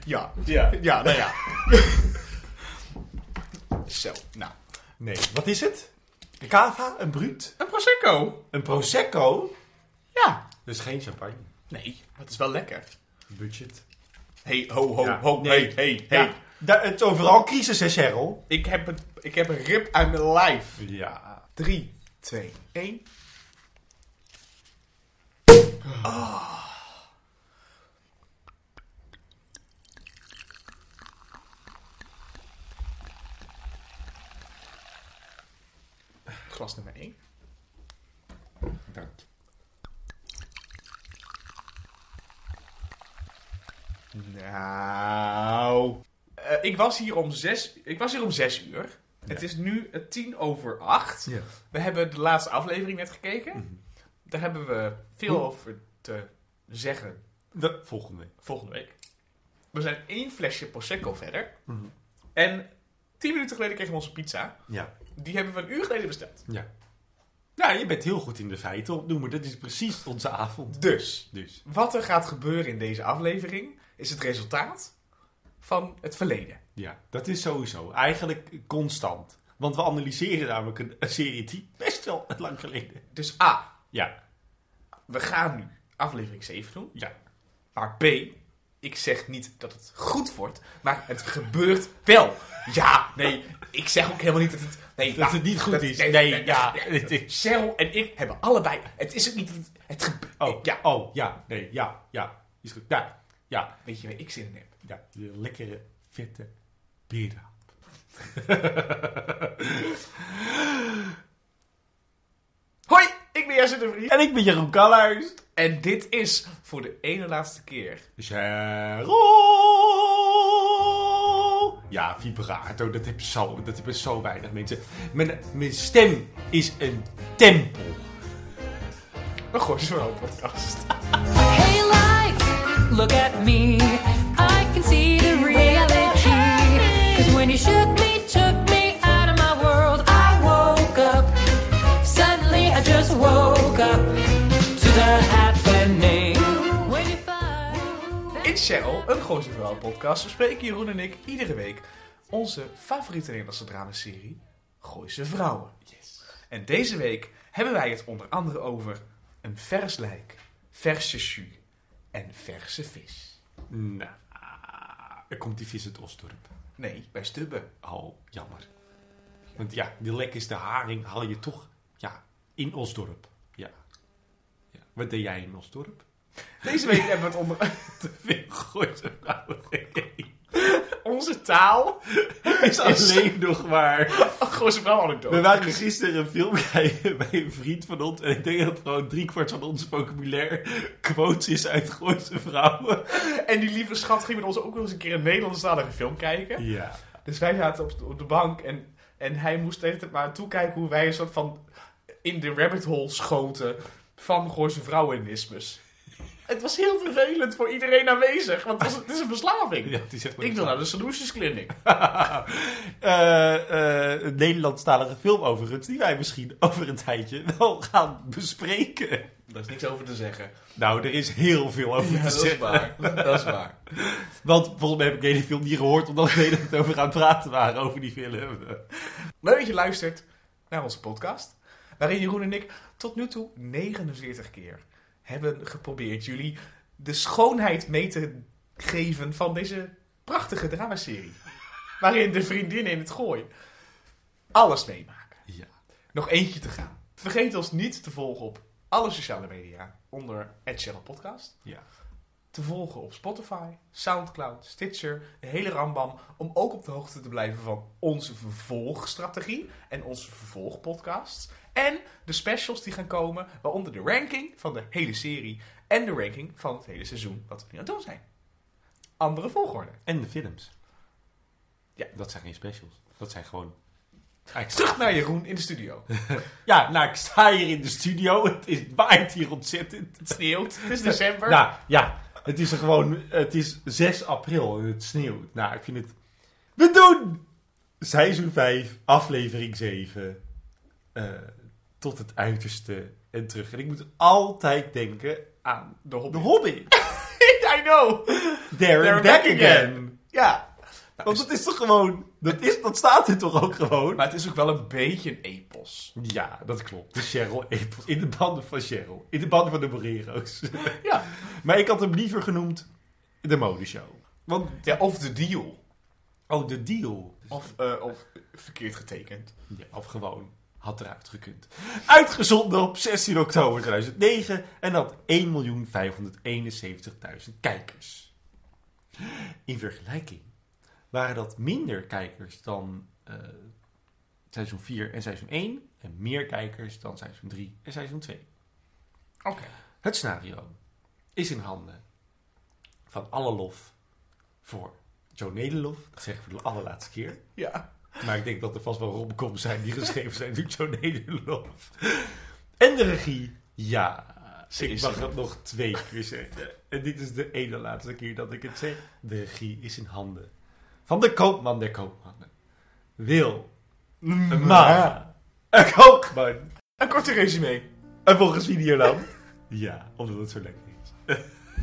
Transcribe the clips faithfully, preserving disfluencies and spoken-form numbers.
Ja. Ja. Ja, nou ja. Zo, nou. Nee, wat is het? Een cava? Een bruut? Een Prosecco. Een Prosecco? Ja. Dus geen champagne. Nee, maar het is wel lekker. Budget. Hey, ho, ho, Ja. ho, Nee. hey, hey, hey. Ja, da- het is overal crisis, hè, Cheryl? Ik, heb het, ik heb een rib uit mijn lijf. Ja. drie, twee, één. Glas nummer één. Dank. Nou. Uh, ik, was hier om zes, ik was hier om zes uur. Ja. Het is nu uh, tien over acht. Ja. We hebben de laatste aflevering net gekeken. Mm-hmm. Daar hebben we veel Hoe? over te zeggen. De volgende week. Volgende week. We zijn één flesje Prosecco verder. Mm-hmm. En tien minuten geleden kregen we onze pizza. Ja. Die hebben we een uur geleden besteld. Ja. Ja, je bent heel goed in de feiten opnoemen. Dat is precies onze avond. Dus, Dus. wat er gaat gebeuren in deze aflevering is het resultaat van het verleden. Ja, dat is sowieso. Eigenlijk constant. Want we analyseren namelijk een, een serie die best wel lang geleden. Dus A, Ja. we gaan nu aflevering zeven doen. Ja. Maar B, ik zeg niet dat het goed wordt, maar het gebeurt wel. Ja, nee, ik zeg ook helemaal niet dat het... Nee, Dat nou, het niet goed dat- is. Nee, Nee, nee, ja. nee, Het nee. is- Cheryl en ik hebben allebei... Het is ook niet... Het, het gebeurt... Oh, Ja, oh, ja, nee, ja, ja. Is goed. Ja, ja, weet je waar ik zin in heb? ja. De lekkere, vette beerdraap. Hoi, ik ben Jesse de Vries. En ik ben Jeroen Kalluis. En dit is voor de ene laatste keer... Cheryl. Ja, vibrato, dat hebben zo, dat hebben zo weinig mensen. Mijn, mijn stem is een tempel. Een Gooise Vrouw podcast. Hey life, look at me. I can see the reality. Cause when you shook me, took me out of my world, I woke up. Suddenly I just woke up to the happening. When you find... In Cheryl, een Gooise Vrouw podcast, bespreken Jeroen en ik iedere week onze favoriete Nederlandse dramaserie, Gooise Vrouwen. Yes. En deze week hebben wij het onder andere over een vers lijk, verse jus en verse vis. Nou, er komt die vis uit Osdorp. Nee, bij Stubbe. Oh, jammer. Want ja, de lekkerste haring haal je toch ja, in Osdorp. Ja. Ja. Wat deed jij in Osdorp? Deze week hebben we het onder Te veel Gooise vrouwen. onze taal. Is alleen nog maar. Gooise Vrouw anekdote. We waren gisteren een film kijken bij een vriend van ons. En ik denk dat gewoon driekwart van ons vocabulaire quotes is uit Gooise vrouwen. En die lieve schat ging met ons ook nog eens een keer een Nederlandstalige film kijken. Ja. Dus wij zaten op de, op de bank en, en hij moest de hele tijd maar toekijken hoe wij een soort van in de rabbit hole schoten van Gooise vrouwenismus. Het was heel vervelend voor iedereen aanwezig, want het, was, het is een verslaving. Ja, het is echt Ik wil naar de Solutions Clinic. uh, uh, een Nederlandstalige film overigens, die wij misschien over een tijdje wel gaan bespreken. Daar is niks over te zeggen. Nou, er is heel veel over Ja, te dat is zeggen. waar. Dat is waar. Want volgens mij heb ik de hele film niet gehoord, omdat we er het over aan het praten waren over die film. Leuk dat je luistert naar onze podcast, waarin Jeroen en ik tot nu toe negenenveertig keer hebben geprobeerd jullie de schoonheid mee te geven van deze prachtige dramaserie. Waarin de vriendinnen in het gooi alles meemaken. Ja. Nog eentje te gaan. Vergeet ons niet te volgen op alle sociale media onder at Channel Podcast. Ja. Te volgen op Spotify, Soundcloud, Stitcher, de hele rambam. Om ook op de hoogte te blijven van onze vervolgstrategie en onze vervolgpodcasts. En de specials die gaan komen, waaronder de ranking van de hele serie en de ranking van het hele seizoen wat we nu aan het doen zijn. Andere volgorde. En de films. Ja. Dat zijn geen specials. Dat zijn gewoon... Terug naar Jeroen in de studio. Ja, nou, ik sta hier in de studio. Het is waait hier ontzettend. Het sneeuwt, het is december. Nou, ja. Het is er gewoon... Het is zes april en het sneeuwt. Nou, ik vind het... We doen seizoen vijf, aflevering zeven. Uh, tot het uiterste en terug. En ik moet altijd denken aan De Hobbit. de Hobbit. Ja, I know. They're, They're back, back again. again. Ja. Nou, Want dat is toch gewoon... Dat, is, dat staat er toch ook gewoon? Maar het is ook wel een beetje een epos. Ja, dat klopt. De Cheryl epos. In de banden van Cheryl. In de banden van de Morero's. Ja. Maar ik had hem liever genoemd de modeshow. Want, Ja, of de deal. oh, de deal. Of, uh, of verkeerd getekend. Ja, of gewoon had eruit gekund. Uitgezonden op zestien oktober tweeduizend negen en had één miljoen vijfhonderdeenenzeventigduizend kijkers. In vergelijking waren dat minder kijkers dan uh, seizoen vier en seizoen één en meer kijkers dan seizoen drie en seizoen twee. Oké. Okay. Het scenario is in handen van alle lof voor Joe Nederlof. Dat zeg ik voor de allerlaatste keer. Ja. Maar ik denk dat er vast wel romcoms zijn die geschreven zijn door Joe Nederlof. En de regie, ja, Ze ik is mag er. het nog twee keer zeggen. En dit is de ene laatste keer dat ik het zeg. De regie is in handen van de koopman der koopmannen. Wil, een ma, een koopman. Een korte resume. En volgens Videoland. Ja, omdat het zo lekker is.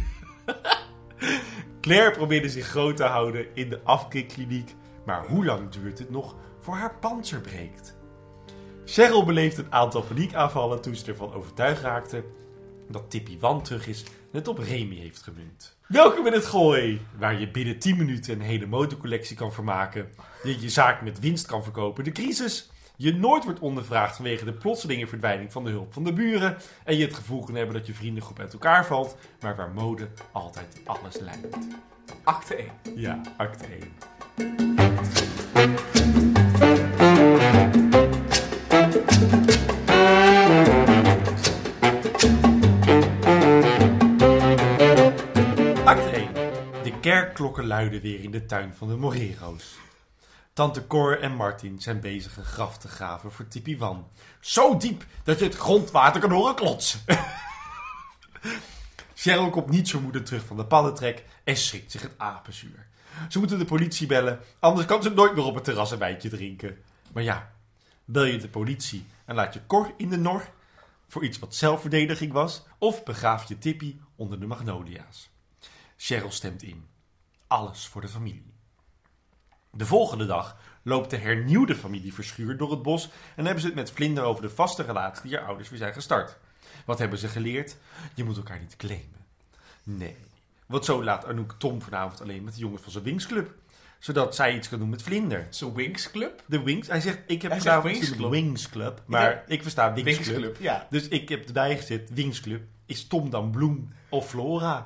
Claire probeerde zich groot te houden in de afkikkliniek. Maar hoe lang duurt het nog voor haar panzer breekt? Cheryl beleeft een aantal paniekaanvallen toen ze ervan overtuigd raakte dat Tippy Wan terug is en het op Remy heeft gemunt. Welkom in het Gooi, waar je binnen tien minuten een hele motorcollectie kan vermaken, je je zaak met winst kan verkopen, de crisis, je nooit wordt ondervraagd vanwege de plotselinge verdwijning van de hulp van de buren en je het gevoel kan hebben dat je vriendengroep uit elkaar valt, maar waar mode altijd alles leidt. Acte één. Ja, acte één. Acte één. De kerkklokken luiden weer in de tuin van de Morero's. Tante Cor en Martin zijn bezig een graf te graven voor Tippy Wan. Zo diep dat je het grondwater kan horen klotsen. Cheryl komt niet vermoedend terug van de paddentrek en schrikt zich het apenzuur. Ze moeten de politie bellen, anders kan ze nooit meer op het terras een wijntje drinken. Maar ja, bel je de politie en laat je Cor in de nor voor iets wat zelfverdediging was, of begraaf je Tippy onder de magnolia's. Cheryl stemt in. Alles voor de familie. De volgende dag loopt de hernieuwde familie Verschuur door het bos en hebben ze het met Vlinder over de vaste relatie die haar ouders weer zijn gestart. Wat hebben ze geleerd? Je moet elkaar niet claimen. Nee. Want zo laat Anouk Tom vanavond alleen met de jongens van zijn Wingsclub. Zodat zij iets kan doen met Vlinder. Zo'n Wings Club? De Wings. Hij zegt, ik heb Hij vanavond zegt iets Wings met Club. Wingsclub. Maar Ja. ik versta Wings Wingsclub. Club, ja. Dus ik heb erbij gezet, Wingsclub. Is Tom dan Bloem of Flora?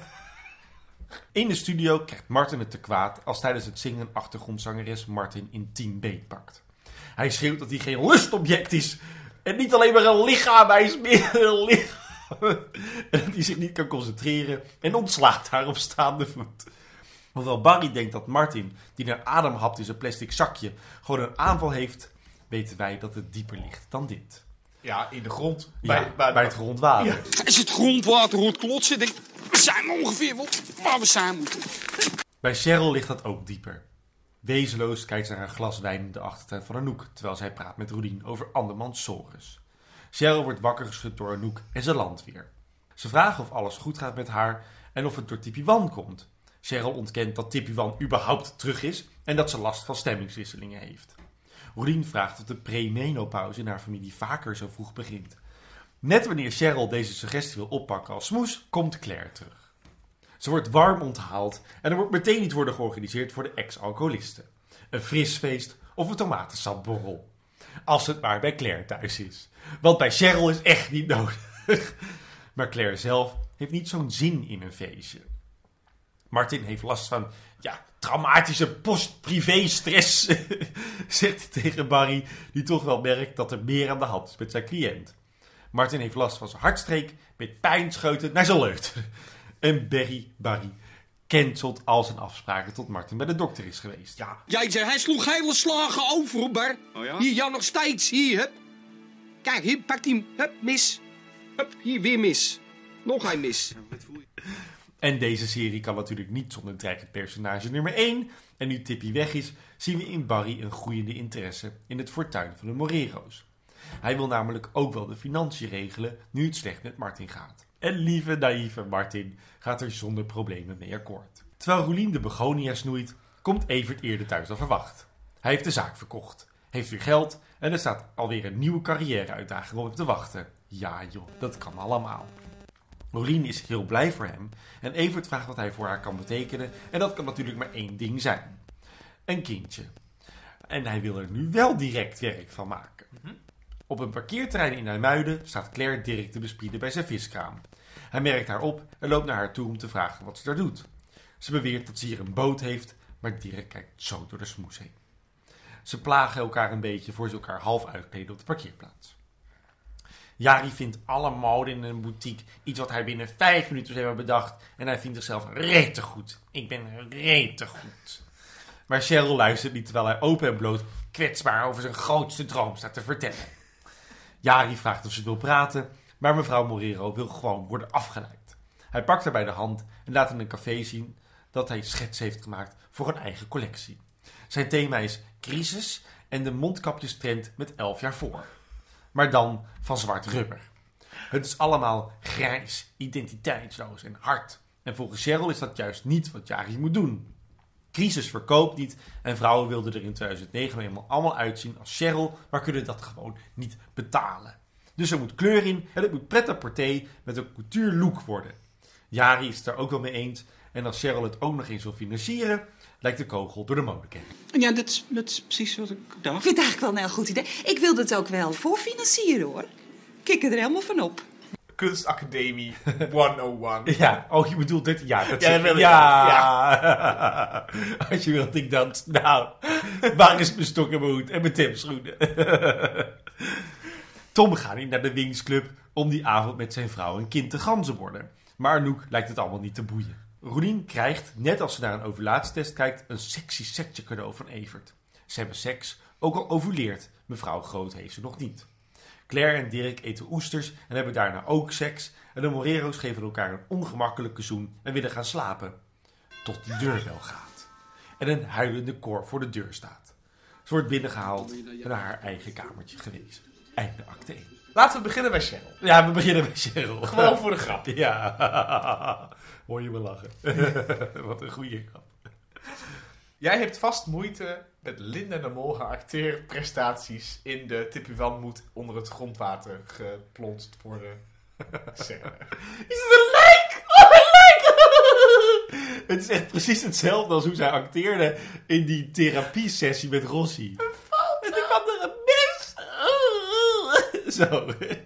In de studio krijgt Martin het te kwaad als tijdens het zingen achtergrondzangeres Martin intiem beetpakt. Hij schreeuwt dat hij geen lustobject is. En niet alleen maar een lichaam, hij is meer een lichaam. En dat hij zich niet kan concentreren en ontslaat haar op staande voet. Hoewel Barry denkt dat Martin, die naar adem hapt in zijn plastic zakje, gewoon een aanval heeft, weten wij dat het dieper ligt dan dit. Ja, in de grond. Ja, bij, bij, bij het grondwater. Ja. Als het grondwater hoort klotsen, denk ik, we zijn ongeveer wel waar we zijn moeten. Bij Cheryl ligt dat ook dieper. Wezenloos kijkt ze naar een glas wijn in de achtertuin van Anouk, terwijl zij praat met Rodien over andermans sores. Cheryl wordt wakker geschud door Anouk en ze landt weer. Ze vragen of alles goed gaat met haar en of het door Tippy Wan komt. Cheryl ontkent dat Tippy Wan überhaupt terug is en dat ze last van stemmingswisselingen heeft. Rodien vraagt of de premenopauze in haar familie vaker zo vroeg begint. Net wanneer Cheryl deze suggestie wil oppakken als smoes, komt Claire terug. Ze wordt warm onthaald en er wordt meteen iets worden georganiseerd voor de ex-alcoholisten. Een frisfeest of een tomatensapborrel. Als het maar bij Claire thuis is. Want bij Cheryl is echt niet nodig. Maar Claire zelf heeft niet zo'n zin in een feestje. Martin heeft last van, ja, traumatische post-privé-stress, zegt hij tegen Barry, die toch wel merkt dat er meer aan de hand is met zijn cliënt. Martin heeft last van zijn hartstreek, met pijnscheuten naar zijn leut. En Barry, Barry cancelt al zijn afspraken tot Martin bij de dokter is geweest. Ja, Jeetje, hij sloeg hele slagen over, hoor, Bar. Oh ja? Hier, ja, nog steeds. Hier, hup. Kijk, hier, pakt hij hem. Hup, mis. Hup, hier, weer mis. Nog een mis. Wat voel je? En deze serie kan natuurlijk niet zonder dreigend personage nummer één. En nu Tippy weg is, zien we in Barry een groeiende interesse in het fortuin van de Morero's. Hij wil namelijk ook wel de financiën regelen nu het slecht met Martin gaat. En lieve, naïeve Martin gaat er zonder problemen mee akkoord. Terwijl Roelien de begonia snoeit, komt Evert eerder thuis dan verwacht. Hij heeft de zaak verkocht, heeft weer geld en er staat alweer een nieuwe carrière-uitdaging op hem te wachten. Ja joh, dat kan allemaal. Roelien is heel blij voor hem en Evert vraagt wat hij voor haar kan betekenen en dat kan natuurlijk maar één ding zijn. Een kindje. En hij wil er nu wel direct werk van maken. Mm-hmm. Op een parkeerterrein in IJmuiden staat Claire Dirk te bespieden bij zijn viskraam. Hij merkt haar op en loopt naar haar toe om te vragen wat ze daar doet. Ze beweert dat ze hier een boot heeft, maar Dirk kijkt zo door de smoes heen. Ze plagen elkaar een beetje voor ze elkaar half uitkleden op de parkeerplaats. Jari vindt alle mode in een boutique iets wat hij binnen vijf minuten zou hebben bedacht. En hij vindt zichzelf rete goed. Ik ben rete goed. Maar Cheryl luistert niet terwijl hij open en bloot kwetsbaar over zijn grootste droom staat te vertellen. Jari vraagt of ze wil praten, maar mevrouw Morero wil gewoon worden afgeleid. Hij pakt haar bij de hand en laat in een café zien dat hij schetsen heeft gemaakt voor een eigen collectie. Zijn thema is crisis en de mondkapjestrend met elf jaar voor. Maar dan van zwart rubber. Het is allemaal grijs, identiteitsloos en hard. En volgens Cheryl is dat juist niet wat Jari moet doen. Crisis verkoopt niet en vrouwen wilden er in tweeduizend negen helemaal allemaal uitzien als Cheryl, maar kunnen dat gewoon niet betalen. Dus er moet kleur in en het moet pret-à-porter met een couture look worden. Jari is het daar ook wel mee eens en als Cheryl het ook nog eens wil financieren, lijkt de kogel door de molenken. Ja, dat is, dat is precies wat ik dacht. Ik vind het eigenlijk wel een heel goed idee. Ik wil het ook wel voorfinancieren, hoor. Kik er helemaal van op. Kunstacademie honderdéén. Ja, oh, je bedoelt dit? Ja, dat, ja, dat wil ik ja. ja. Als je wilt, ik dans. Nou, waar is mijn stok en mijn hoed en mijn Timschoenen? Tom gaat niet naar de Wingsclub om die avond met zijn vrouw en kind te ganzenborden. Maar Anouk lijkt het allemaal niet te boeien. Roelien krijgt, net als ze naar een ovulatietest kijkt, een sexy setje cadeau van Evert. Ze hebben seks, ook al ovuleert mevrouw Groot heeft ze nog niet. Claire en Dirk eten oesters en hebben daarna ook seks. En de Morero's geven elkaar een ongemakkelijke zoen en willen gaan slapen. Tot de deurbel gaat. En een huilende Cor voor de deur staat. Ze wordt binnengehaald en naar haar eigen kamertje gewezen. Einde acte één. Laten we beginnen bij Cheryl. Ja, we beginnen bij Cheryl. Gewoon voor de grap. Ja, hoor je me lachen. Wat een goede grap. Jij hebt vast moeite met Linda de Mol haar acteerprestaties in de Tippy Wan moet onder het grondwater geplonst worden. Scène. Is het een lijk? Oh, een lijk! Het is echt precies hetzelfde als hoe zij acteerde in die therapiesessie met Rossi. Een foto. En dan kwam er een mes. Zo.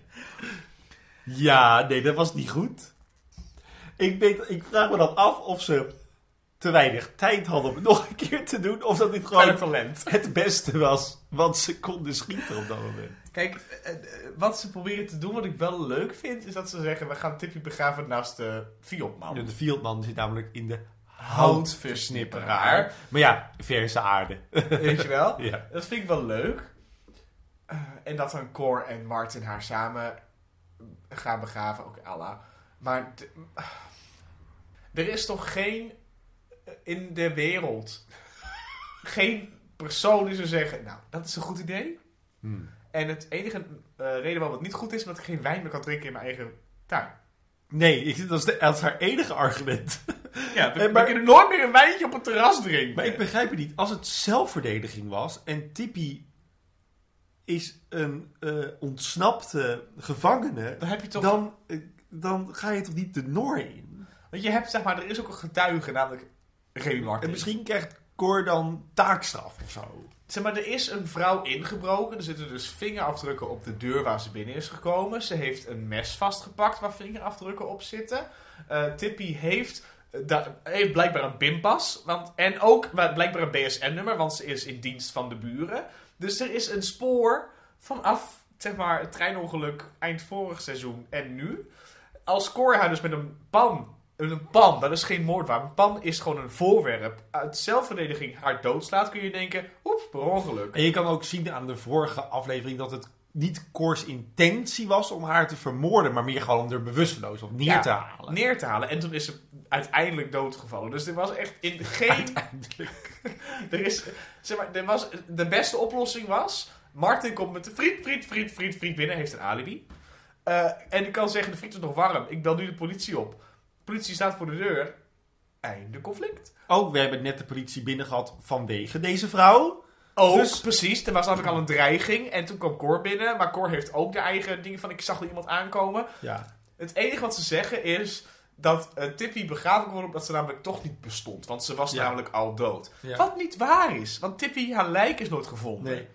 Ja, nee, dat was niet goed. Ik, weet, ik vraag me dan af of ze te weinig tijd hadden om het nog een keer te doen. Of dat dit gewoon talent. Het beste was wat ze konden schieten op dat moment. Kijk, wat ze proberen te doen, wat ik wel leuk vind, is dat ze zeggen, we gaan Tippy begraven naast de Fiatman. Ja, de Fiatman zit namelijk in de houtversnipperaar. Maar ja, verse aarde. Weet je wel? Ja. Dat vind ik wel leuk. Uh, en dat dan Cor en Martin haar samen gaan begraven, ook Allah. Maar d- uh, er is toch geen in de wereld geen persoon die zou zeggen, nou, dat is een goed idee. Hmm. En het enige uh, reden waarom het niet goed is, is dat ik geen wijn meer kan drinken in mijn eigen tuin. Nee, ik, dat, is de, dat is haar enige argument. Ja, we, en maar, we kunnen nooit meer een wijntje op het terras drinken. Maar ik begrijp het niet. Als het zelfverdediging was en Tippy is een uh, ontsnapte gevangene, dan, heb je toch... dan, uh, dan ga je toch niet de Noor in? Want je hebt, zeg maar, er is ook een getuige, namelijk Remy Martin. En misschien krijgt Cor dan taakstraf of zo. Zeg maar, er is een vrouw ingebroken. Er zitten dus vingerafdrukken op de deur waar ze binnen is gekomen. Ze heeft een mes vastgepakt waar vingerafdrukken op zitten. Uh, Tippy heeft, uh, da- heeft blijkbaar een pinpas. Want, en ook blijkbaar een B S N-nummer, want ze is in dienst van de buren. Dus er is een spoor vanaf, zeg maar, het treinongeluk eind vorig seizoen en nu. Als Cor haar dus met een pan... Een pan, dat is geen moordwapen. Een pan is gewoon een voorwerp. Uit zelfverdediging haar doodslaat, kun je denken, oeps, per ongeluk. En je kan ook zien aan de vorige aflevering dat het niet Cors intentie was om haar te vermoorden, maar meer gewoon om er bewusteloos of neer ja, te halen. neer te halen. En toen is ze uiteindelijk doodgevallen. Dus er was echt in geen... Uiteindelijk. er is, zeg maar, er was, de beste oplossing was, Martin komt met de vriend, vriend, vriend, vriend, vriend binnen, heeft een alibi. Uh, en ik kan zeggen, de friet is nog warm. Ik bel nu de politie op. De politie staat voor de deur. Einde conflict. Oh, we hebben net de politie binnen gehad vanwege deze vrouw. Oh, Dus- precies. Er was namelijk al een dreiging. En toen kwam Cor binnen. Maar Cor heeft ook de eigen dingen van... Ik zag er iemand aankomen. Ja. Het enige wat ze zeggen is... dat uh, Tippy begraven kon worden... omdat ze namelijk toch niet bestond. Want ze was Ja. namelijk al dood. Ja. Wat niet waar is. Want Tippy, haar lijk is nooit gevonden. Nee.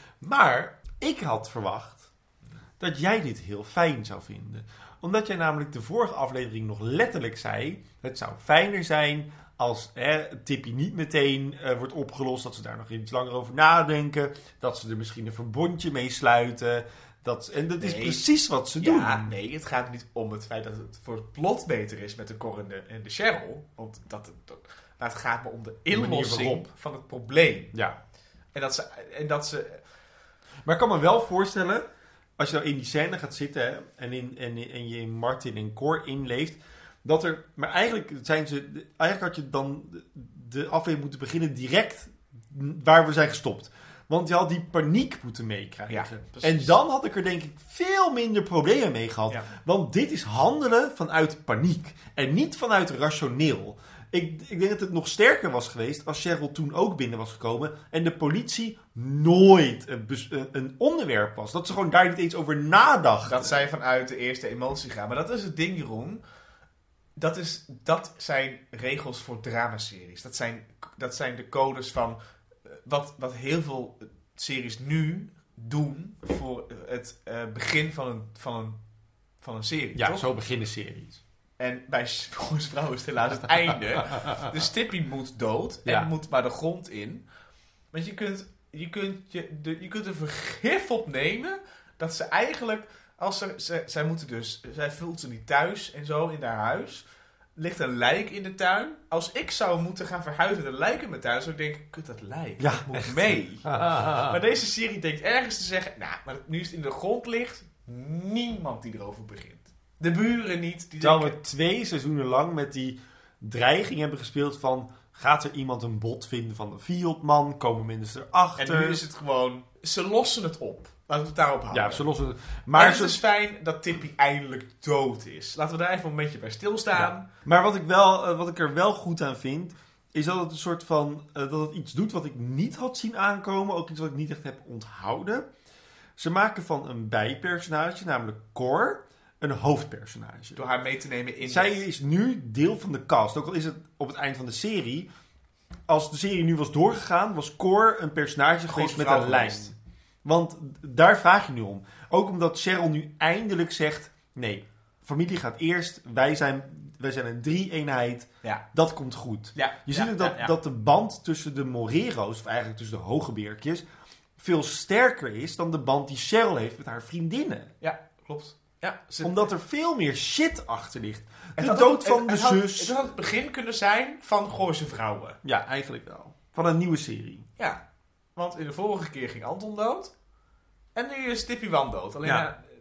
Maar ik had verwacht dat jij dit heel fijn zou vinden. Omdat jij namelijk de vorige aflevering nog letterlijk zei... het zou fijner zijn als hè, Tippy niet meteen uh, wordt opgelost... dat ze daar nog iets langer over nadenken... dat ze er misschien een verbondje mee sluiten... Dat, en dat is Nee. precies wat ze doen. Ja, nee, het gaat niet om het feit dat het voor het plot beter is met de Cor en de, en de Cheryl. Want dat, dat, maar het gaat me om de manier inlossing waarop. van het probleem. Ja. En dat ze... En dat ze Maar ik kan me wel voorstellen, als je nou in die scène gaat zitten hè, en, in, en, en je in Martin en Cor inleeft, dat er, maar eigenlijk zijn ze, eigenlijk had je dan de, de aflevering moeten beginnen direct waar we zijn gestopt. Want je had die paniek moeten meekrijgen. Ja, precies. En dan had ik er denk ik veel minder problemen mee gehad. Ja. Want dit is handelen vanuit paniek. En niet vanuit rationeel. Ik, ik denk dat het nog sterker was geweest als Cheryl toen ook binnen was gekomen. En de politie nooit een, bes- een onderwerp was. Dat ze gewoon daar niet eens over nadachten. Dat zij vanuit de eerste emotie gaan. Maar dat is het ding, Jeroen. Dat, is, dat zijn regels voor dramaseries. Dat zijn, dat zijn de codes van... uh, Wat, wat heel veel series nu doen voor het uh, begin van een, van, een, van een serie. Ja, toch? zo beginnen series. En bij Volgens Vrouw is het helaas het einde. Dus Tippy moet dood. En Ja. moet maar de grond in. Want je kunt, je kunt, je, de, je kunt er vergif op nemen... dat ze eigenlijk... Als ze, ze, zij moeten dus... Zij voelt ze niet thuis en zo in haar huis. Ligt een lijk in de tuin. Als ik zou moeten gaan verhuizen met een lijk in mijn tuin... zou ik denken, kut, dat lijk. Ja, dat moet echt. mee. Ah. Maar deze serie denkt ergens te zeggen... Nou, maar nu is het in de grond ligt... Niemand die erover begint. De buren niet. Die Terwijl denken, we twee seizoenen lang met die dreiging hebben gespeeld van... Gaat er iemand een bot vinden van de Fiatman? Komen mensen erachter? En nu is het gewoon... Ze lossen het op. Laten we het daarop houden. Ja, ze lossen het. Maar Maar, het ze, is fijn dat Tippy eindelijk dood is. Laten we daar even een momentje bij stilstaan. Ja. maar wat, ik wel, eh, wat ik er wel goed aan vind... is dat het een soort van... eh, dat het iets doet wat ik niet had zien aankomen. Ook iets wat ik niet echt heb onthouden. Ze maken van een bijpersonage, namelijk Cor... een hoofdpersonage. Door haar mee te nemen in... Zij het- is nu deel van de cast. Ook al is het op het eind van de serie... Als de serie nu was doorgegaan... was Cor een personage geweest met vrouw een lijn. geweest. Want daar vraag je nu om. Ook omdat Cheryl nu eindelijk zegt... Nee, familie gaat eerst. Wij zijn, wij zijn een drie-eenheid. Ja. Dat komt goed. Ja. Je ja, ziet ook dat, ja, ja. dat de band tussen de Morero's... of eigenlijk tussen de Hogebeerkjes... veel sterker is dan de band die Cheryl heeft met haar vriendinnen. Ja, klopt. Ja, ze- Omdat er veel meer shit achter ligt. het De had dood ook- van het- de het had- zus. Het had het begin kunnen zijn van Gooise Vrouwen. Ja, eigenlijk wel. Van een nieuwe serie. Ja. Want in de vorige keer ging Anton dood. En nu is Tippy Wan dood. Alleen Ja. ja.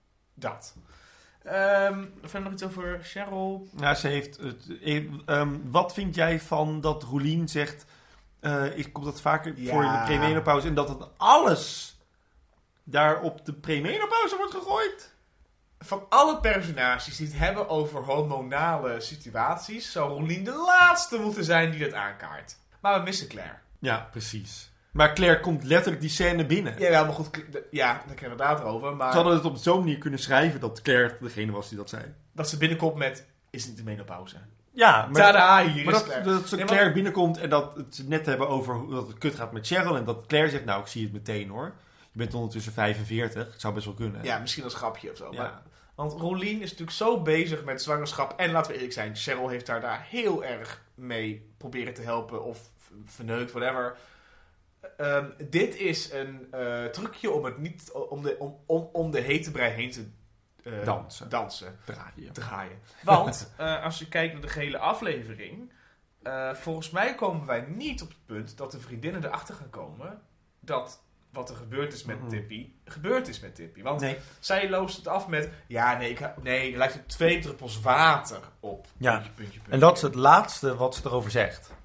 dat. Ehm verder nog iets over Cheryl. Ja, ze heeft het, eh, ehm, wat vind jij van dat Roelien zegt... eh ik kom dat vaker Ja. voor in de premenopauze... en dat het alles daar op de premenopauze wordt gegooid? Van alle personages die het hebben over hormonale situaties... zou Rolien de laatste moeten zijn die dat aankaart. Maar we missen Claire. Ja, precies. Maar Claire komt letterlijk die scène binnen. Ja, maar goed. Cla- de- Ja, daar kunnen we het later over. Maar Ze hadden het op zo'n manier kunnen schrijven dat Claire degene was die dat zei. dat ze binnenkomt met... Is het niet de menopauze? Ja, maar, Tada, hier maar is dat, Claire. dat ze Nee, maar- Claire binnenkomt en dat het ze net hebben over hoe dat het kut gaat met Cheryl... en dat Claire zegt, nou, ik zie het meteen hoor. Je bent ondertussen vijfenveertig, het zou best wel kunnen. Ja, misschien als grapje of zo. Ja. Maar, want Rolien is natuurlijk zo bezig met zwangerschap. En laten we eerlijk zijn, Cheryl heeft haar daar heel erg mee proberen te helpen. Of v- verneukt, whatever. Ehm, dit is een eh, trucje om, het niet, om, de, om, om, om de hete brei heen te eh, Dansen. dansen. Draaien. Draaien. Want eh, als je kijkt naar de gehele aflevering... eh, volgens mij komen wij niet op het punt dat de vriendinnen erachter gaan komen... dat wat er gebeurd is met Mhm. Tippy, gebeurd is met Tippy. Want Nee. zij loost het af met... Ja, nee, ik ha- nee er lijkt er twee druppels water op. Ja. Puntje, puntje, puntje. En dat is het laatste wat ze erover zegt.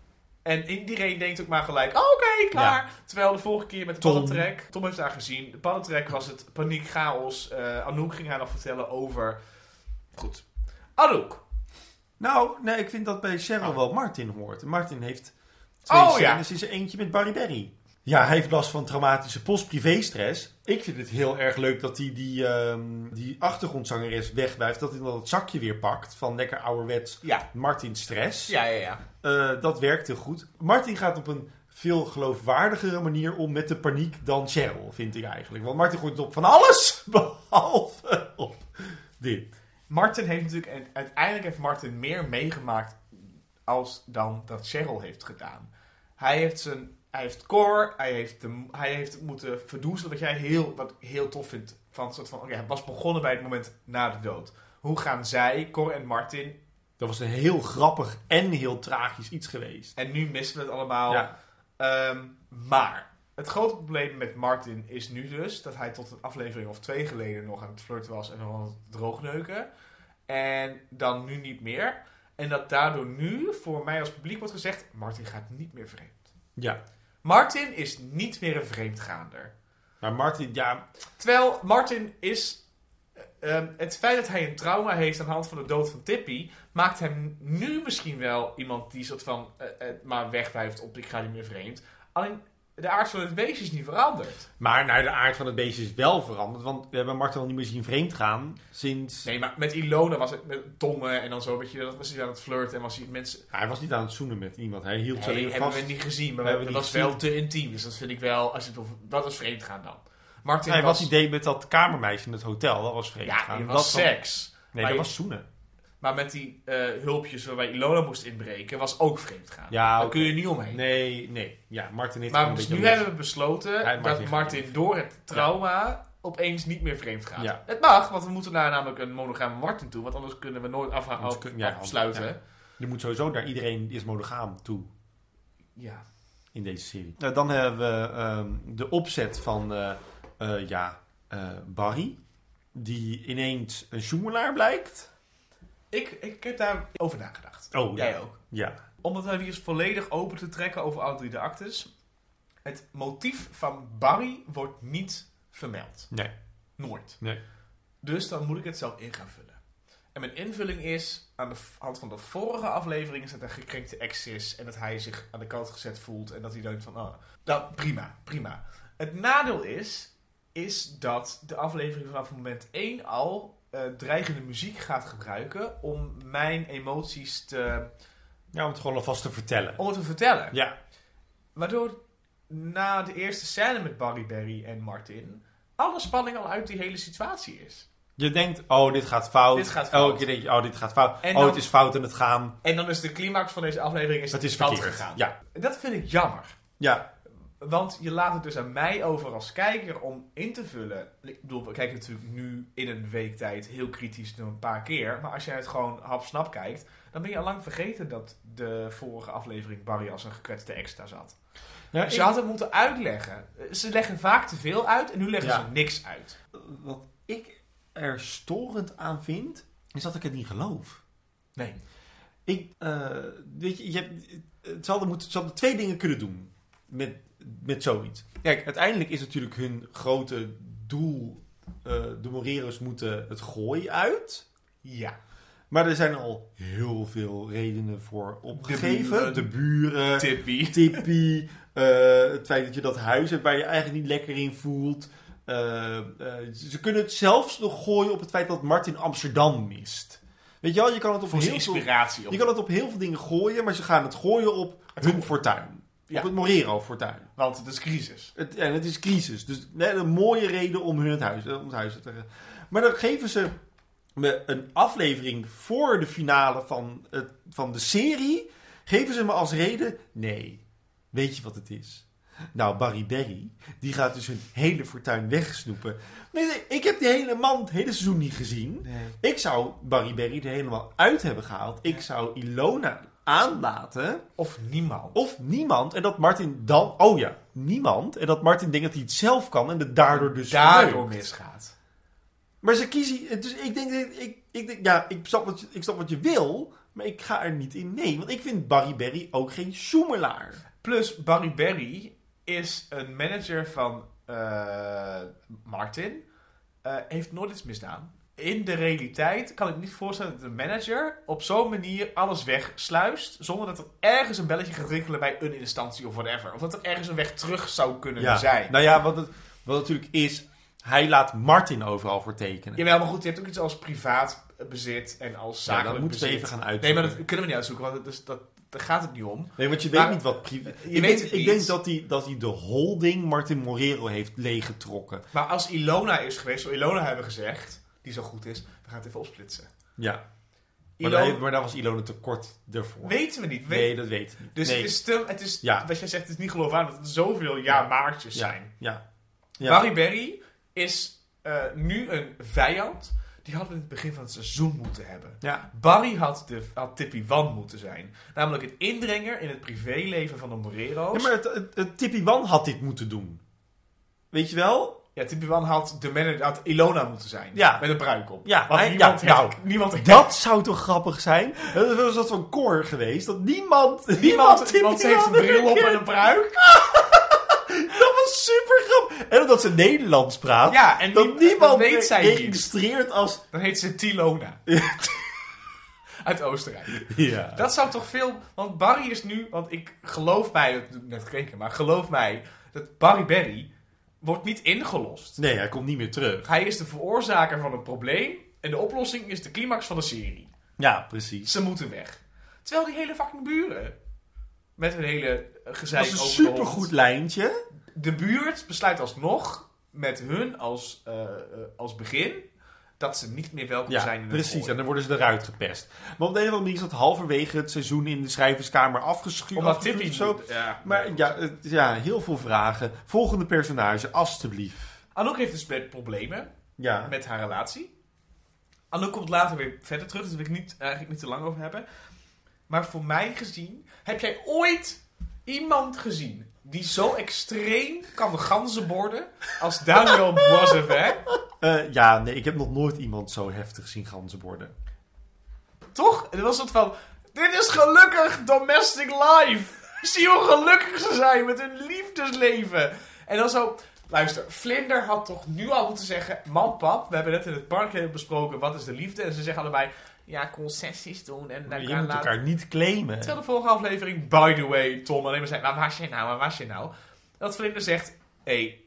En iedereen denkt ook maar gelijk, oh, oké, okay, klaar. Ja. Terwijl de vorige keer met de Tom. paddentrek, Tom heeft daar gezien. De paddentrek was het paniek, chaos. Uh, Anouk ging haar nog vertellen over... Goed. Anouk. Nou, nee, ik vind dat bij Cheryl oh. wel Martin hoort. Martin heeft twee oh, scènes, ja. is er eentje met Barry Berry. Ja, hij heeft last van traumatische post-privé-stress. Ik vind het heel erg leuk dat hij die, um, die achtergrondzangeres wegwijft. Dat hij dan het zakje weer pakt van lekker ouderwets ja. Martin stress. Ja, ja, ja. Uh, dat werkt heel goed. Martin gaat op een veel geloofwaardigere manier om met de paniek dan Cheryl, vind ik eigenlijk. Want Martin gooit op van alles, behalve op dit. Martin heeft natuurlijk, en uiteindelijk heeft Martin meer meegemaakt als dan dat Cheryl heeft gedaan. Hij heeft zijn... Hij heeft Cor, hij heeft, de, hij heeft het moeten verdoezelen, wat jij heel, wat heel tof vindt. Van, soort van, okay, hij was begonnen bij het moment na de dood. Hoe gaan zij, Cor en Martin... Dat was een heel grappig en heel tragisch iets geweest. En nu missen we het allemaal. Ja. Um, maar het grote probleem met Martin is nu dus dat hij tot een aflevering of twee geleden nog aan het flirten was en nog aan het droogneuken. En dan nu niet meer. En dat daardoor nu voor mij als publiek wordt gezegd, Martin gaat niet meer vreemd. Ja. Martin is niet meer een vreemdgaander. Maar Martin, ja... Terwijl Martin is... Uh, het feit dat hij een trauma heeft aan de hand van de dood van Tippy... maakt hem nu misschien wel iemand die soort van... Uh, uh, maar wegwijft op ik ga niet meer vreemd. Alleen de aard van het beestje is niet veranderd. Maar nou, de aard van het beestje is wel veranderd. Want we hebben Martin al niet meer zien vreemd gaan sinds... Nee, maar met Ilona was het met tongen en dan zo, weet je, dat was hij aan het flirten en was hij mensen... Ja, hij was niet aan het zoenen met iemand. Hij hield ze nee, alleen hebben vast. we niet gezien, maar we we, dat was gezien. wel te intiem. Dus dat vind ik wel, als je het over... Dat was vreemd gaan dan. Martin Nee, was... wat hij deed met dat kamermeisje in het hotel, dat was vreemd Ja, gaan. dat dat was seks. Nee, maar dat je... was zoenen. Maar met die uh, hulpjes waarbij Ilona moest inbreken, was ook vreemd gaan. Ja, Daar okay. kun je niet omheen. Nee, nee. Ja, Martin heeft maar een dus beetje nu los. hebben we besloten Ja, dat Martin Martin gaat door het trauma ja. opeens niet meer vreemd gaat. Ja. Het mag, want we moeten naar namelijk een monogame Martin toe, want anders kunnen we nooit afha- af, kun, ja, afsluiten. Ja. Je moet sowieso naar iedereen is monogaam toe. Ja. In deze serie. Uh, dan hebben we um, de opzet van uh, uh, ja, uh, Barry, die ineens een sjoemelaar blijkt. Ik, ik heb daar over nagedacht. Oh, Jij ja. ook. Ja. Om het even eens volledig open te trekken over alle drie de actes. Het motief van Barry wordt niet vermeld. Nee. Nooit. Nee. Dus dan moet ik het zelf in gaan vullen. En mijn invulling is, aan de hand van de vorige aflevering, is dat er een gekrenkte ex is. En dat hij zich aan de kant gezet voelt. En dat hij denkt van, oh, nou, prima, prima. Het nadeel is, is dat de aflevering vanaf moment één al uh, dreigende muziek gaat gebruiken om mijn emoties te... Ja, om het gewoon alvast te vertellen. Om het te vertellen. Ja. Waardoor na de eerste scène met Barry Berry en Martin alle spanning al uit die hele situatie is. Je denkt, oh, dit gaat fout. Dit gaat fout. Elke keer denk je, oh, dit gaat fout. En oh, dan, het is fout en het gaan. En dan is de climax van deze aflevering is het is fout verkeerd gegaan. Ja. Dat vind ik jammer. Ja. Want je laat het dus aan mij over als kijker om in te vullen. Ik bedoel, we kijken natuurlijk nu in een week tijd heel kritisch nog een paar keer. Maar als jij het gewoon hapsnap kijkt, dan ben je al lang vergeten dat de vorige aflevering Barry als een gekwetste ex daar zat. Ja, dus ik... je had het moeten uitleggen. Ze leggen vaak te veel uit en nu leggen ja. ze niks uit. Wat ik er storend aan vind, is dat ik het niet geloof. Nee. Ik, uh, weet je, je hebt, het zal er moeten, ze hadden twee dingen kunnen doen met, met zoiets. Kijk, uiteindelijk is natuurlijk hun grote doel, uh, de Moreros moeten het gooi uit. Ja. Maar er zijn al heel veel redenen voor opgegeven. De buren. De buren Tippy. Tippy uh, het feit dat je dat huis hebt waar je eigenlijk niet lekker in voelt. Uh, uh, ze kunnen het zelfs nog gooien op het feit dat Martin Amsterdam mist. Weet je wel, je kan het op Voor heel inspiratie. veel, Op... je kan het op heel veel dingen gooien, maar ze gaan het gooien op Het hun go- fortuin. Ja. Op het Morero-fortuin. Want het is crisis. Het, en het is crisis. Dus nee, een mooie reden om hun het huis, om het huis te trekken. Maar dan geven ze me een aflevering voor de finale van, het, van de serie. Geven ze me als reden, nee, weet je wat het is? Nou, Barry Berry, die gaat dus hun hele fortuin wegsnoepen. Nee, nee, ik heb die hele man het hele seizoen niet gezien. Nee. Ik zou Barry Berry er helemaal uit hebben gehaald. Ik zou Ilona aanlaten. Of niemand. Of niemand. En dat Martin dan... Oh ja, niemand. En dat Martin denkt dat hij het zelf kan. En het daardoor dus daardoor verneukt. misgaat. Maar ze kiezen... Dus ik denk... Ik, ik denk ja, ik snap, wat je, ik snap wat je wil. Maar ik ga er niet in mee, want ik vind Barry Berry ook geen zoemelaar. Plus, Barry Berry is een manager van uh, Martin. Uh, heeft nooit iets misdaan. In de realiteit kan ik me niet voorstellen dat de manager op zo'n manier alles wegsluist. Zonder dat er ergens een belletje gaat rinkelen bij een instantie of whatever. Of dat er ergens een weg terug zou kunnen Ja. zijn. Nou ja, wat het, wat het natuurlijk is, hij laat Martin overal voor tekenen. Jawel, maar goed, je hebt ook iets als privaat bezit en als Ja, zakelijk dat moeten we bezit. even gaan Nee, uitzoeken. maar dat kunnen we niet uitzoeken, want het is, dat, daar gaat het niet om. Nee, want je weet Maar- niet wat... Pri- Je ik weet denk, het ik niet. denk dat hij, dat hij de holding Martin Morero heeft leeggetrokken. Maar als Ilona is geweest, zou Ilona hebben gezegd, die zo goed is, we gaan het even opsplitsen. Ja. Maar, Ilona, daar, maar daar was Ilona tekort ervoor. weten we niet. Weet- Nee, dat weten we niet. Dus nee. het is, te, het is Ja. wat jij zegt, het is niet geloofwaardig dat er zoveel ja-maartjes ja, zijn. ja. ja. Barry Berry is uh, nu een vijand. Die hadden we in het begin van het seizoen moeten hebben. Ja. Barry had, de, had Tippy Wan moeten zijn. Namelijk een indringer in het privéleven van de Morero's. Ja, maar het, het, het Tippy Wan had dit moeten doen. Weet je wel? Ja, Tippy Wan had de manager, had Ilona moeten zijn. Ja. Met een pruik op. Ja, Want hij- niemand ja, heeft... nou, niemand heeft Dat zou toch grappig zijn? Dat was dat van Cor geweest. Dat niemand... Niemand, Niemand, Tippy iemand heeft een Wan bril op herkent. en een pruik. Dat was super grappig. En omdat ze Nederlands praat. Ja, en dat nie- niemand dat weet zij niet. registreert als... Dan heet ze Tilona. Uit Oostenrijk. Ja. Dat zou toch veel... Want Barry is nu... Want ik geloof mij... Dat doe ik net gekeken, maar geloof mij... Dat Barry Berry wordt niet ingelost. Nee, hij komt niet meer terug. Hij is de veroorzaker van een probleem. En de oplossing is de climax van de serie. Ja, precies. Ze moeten weg. Terwijl die hele fucking buren... Met hun hele gezeik Dat is een over de hond. supergoed lijntje. De buurt besluit alsnog... Met hun als, uh, uh, als begin... Dat ze niet meer welkom Ja, zijn in het precies. gooi. En dan worden ze eruit gepest. Maar op de een of andere manier is dat halverwege het seizoen in de schrijverskamer afgeschuurd. Omdat Tippy... zo. Ja, Maar ja, het- ja, heel veel vragen. Volgende personage, alstublieft. Anouk heeft dus met problemen Ja. met haar relatie. Anouk komt later weer verder terug, dus daar wil ik niet, eigenlijk niet te lang over hebben. Maar voor mij gezien, heb jij ooit iemand gezien die zo extreem kan ganzenborden als Daniel Boissevet? Eh, ja, nee, ik heb nog nooit iemand zo heftig zien ganzenborden. Toch? Het was een soort van, dit is gelukkig domestic life. Zie hoe gelukkig ze zijn met hun liefdesleven. En dan zo... Luister, Vlinder had toch nu al moeten zeggen... Man, pap, we hebben net in het park besproken... Wat is de liefde? En ze zeggen allebei... Ja, concessies doen en... Maar dan je moet laten- elkaar niet claimen. Terwijl de vorige aflevering... By the way, Tom alleen maar zei... Waar was je nou? Waar was je nou? Dat Vlinder zegt... Hey,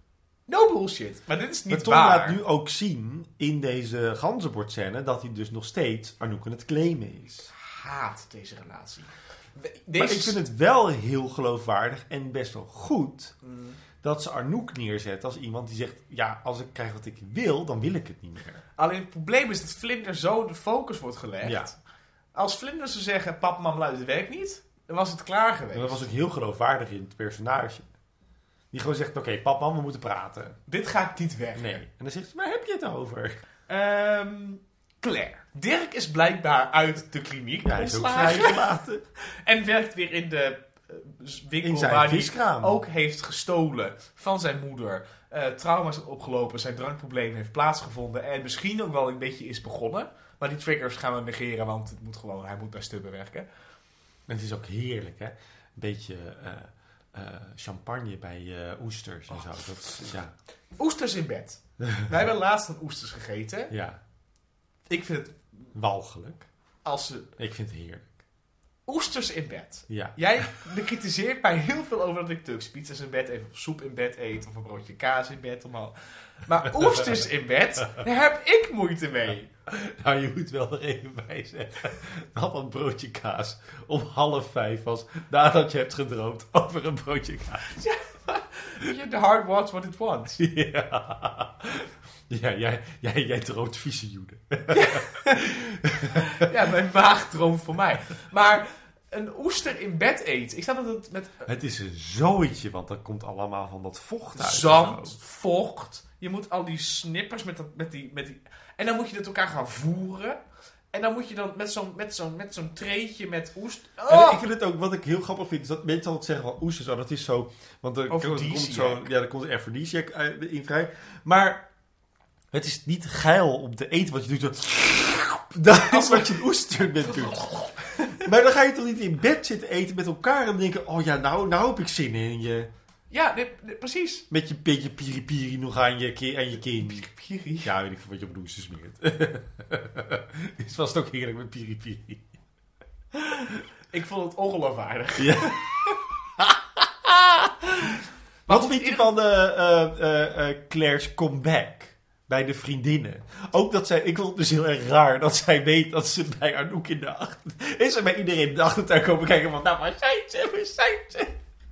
no bullshit. Maar dit is niet Maar Tom waar. laat nu ook zien... in deze ganzenbordscène... dat hij dus nog steeds Anouk aan het claimen is. Haat deze relatie. We- Maar Deze... ik vind het wel heel geloofwaardig... en best wel goed... Mm. dat ze Anouk neerzet als iemand die zegt... ja, als ik krijg wat ik wil... dan wil ik het niet meer. Alleen het probleem is dat Vlinder zo de focus wordt gelegd. Ja. Als Vlinder zou zeggen... Pap, mam, luister, het werkt niet... Dan was het klaar geweest. En dat was ook heel geloofwaardig in het personage. Die gewoon zegt, oké, pap, mam, we moeten praten. Dit gaat niet weg. Nee. En dan zegt ze, waar heb je het over? Ehm, Claire. Dirk is blijkbaar uit de kliniek Ja, hij is ook ontslagen. vrijgelaten. En werkt weer in de eh, winkel In zijn waar hij viskraam. ook heeft gestolen van zijn moeder. Eh, trauma's heeft opgelopen, zijn drankprobleem heeft plaatsgevonden. En misschien ook wel een beetje is begonnen. Maar die triggers gaan we negeren, want het moet gewoon, hij moet bij Stubben werken. En het is ook heerlijk, hè? Een beetje eh, eh, champagne bij eh, oesters en zo. Dat, is- ja. Oesters in bed. Wij hebben laatst een oesters gegeten. ja, Ik vind het, walgelijk. als ze... Ik vind het heerlijk. Oesters in bed. Ja. Jij bekritiseert mij heel veel over dat ik Turks pizza's in bed eet, of soep in bed eet, of een broodje kaas in bed. Of al. Maar oesters in bed, daar heb ik moeite mee. Nou, je moet wel er even bij zeggen dat dat broodje kaas om half vijf was nadat je hebt gedroomd over een broodje kaas. Weet je, the heart wants what it wants. Ja, ja jij, jij, jij droomt visioenen. Ja, mijn maag droomt voor mij. Maar een oester in bed eten, ik snap dat het met Het is een zooitje, want dat komt allemaal van dat vocht uit. zand, vocht, je moet al die snippers met, dat, met, die, met die... En dan moet je het elkaar gaan voeren. En dan moet je dan met zo'n, met zo'n, met zo'n treetje met oest... En Oh! ik vind het ook, wat ik heel grappig vind, is dat mensen altijd zeggen van oesters, oh, dat is zo... Want er, er komt Aphrodisiac. zo, ja, er komt een aphrodisiac in vrij. Maar het is niet geil om te eten, wat je doet. Zo, Dat is wat je een oester bent doet. Maar dan ga je toch niet in bed zitten eten met elkaar en denken... Oh ja, nou, nou heb ik zin in je... Ja, nee, nee, precies. Met je beetje piri-piri nog aan je, ki- aan je kin. Piri-piri? Ja, weet ik veel wat je op een oester smeert. Het was ook heerlijk met piri-piri. Ik vond het ongeloofwaardig. Ja. Wat vind je van uh, uh, uh, uh, Claire's comeback bij de vriendinnen? Ook dat zij, ik vond het dus heel erg raar dat zij weet dat ze bij Anouk in de achtertuin... Is ze bij iedereen in de achtertuin komen kijken van, nou, waar zijn ze, waar zijn ze?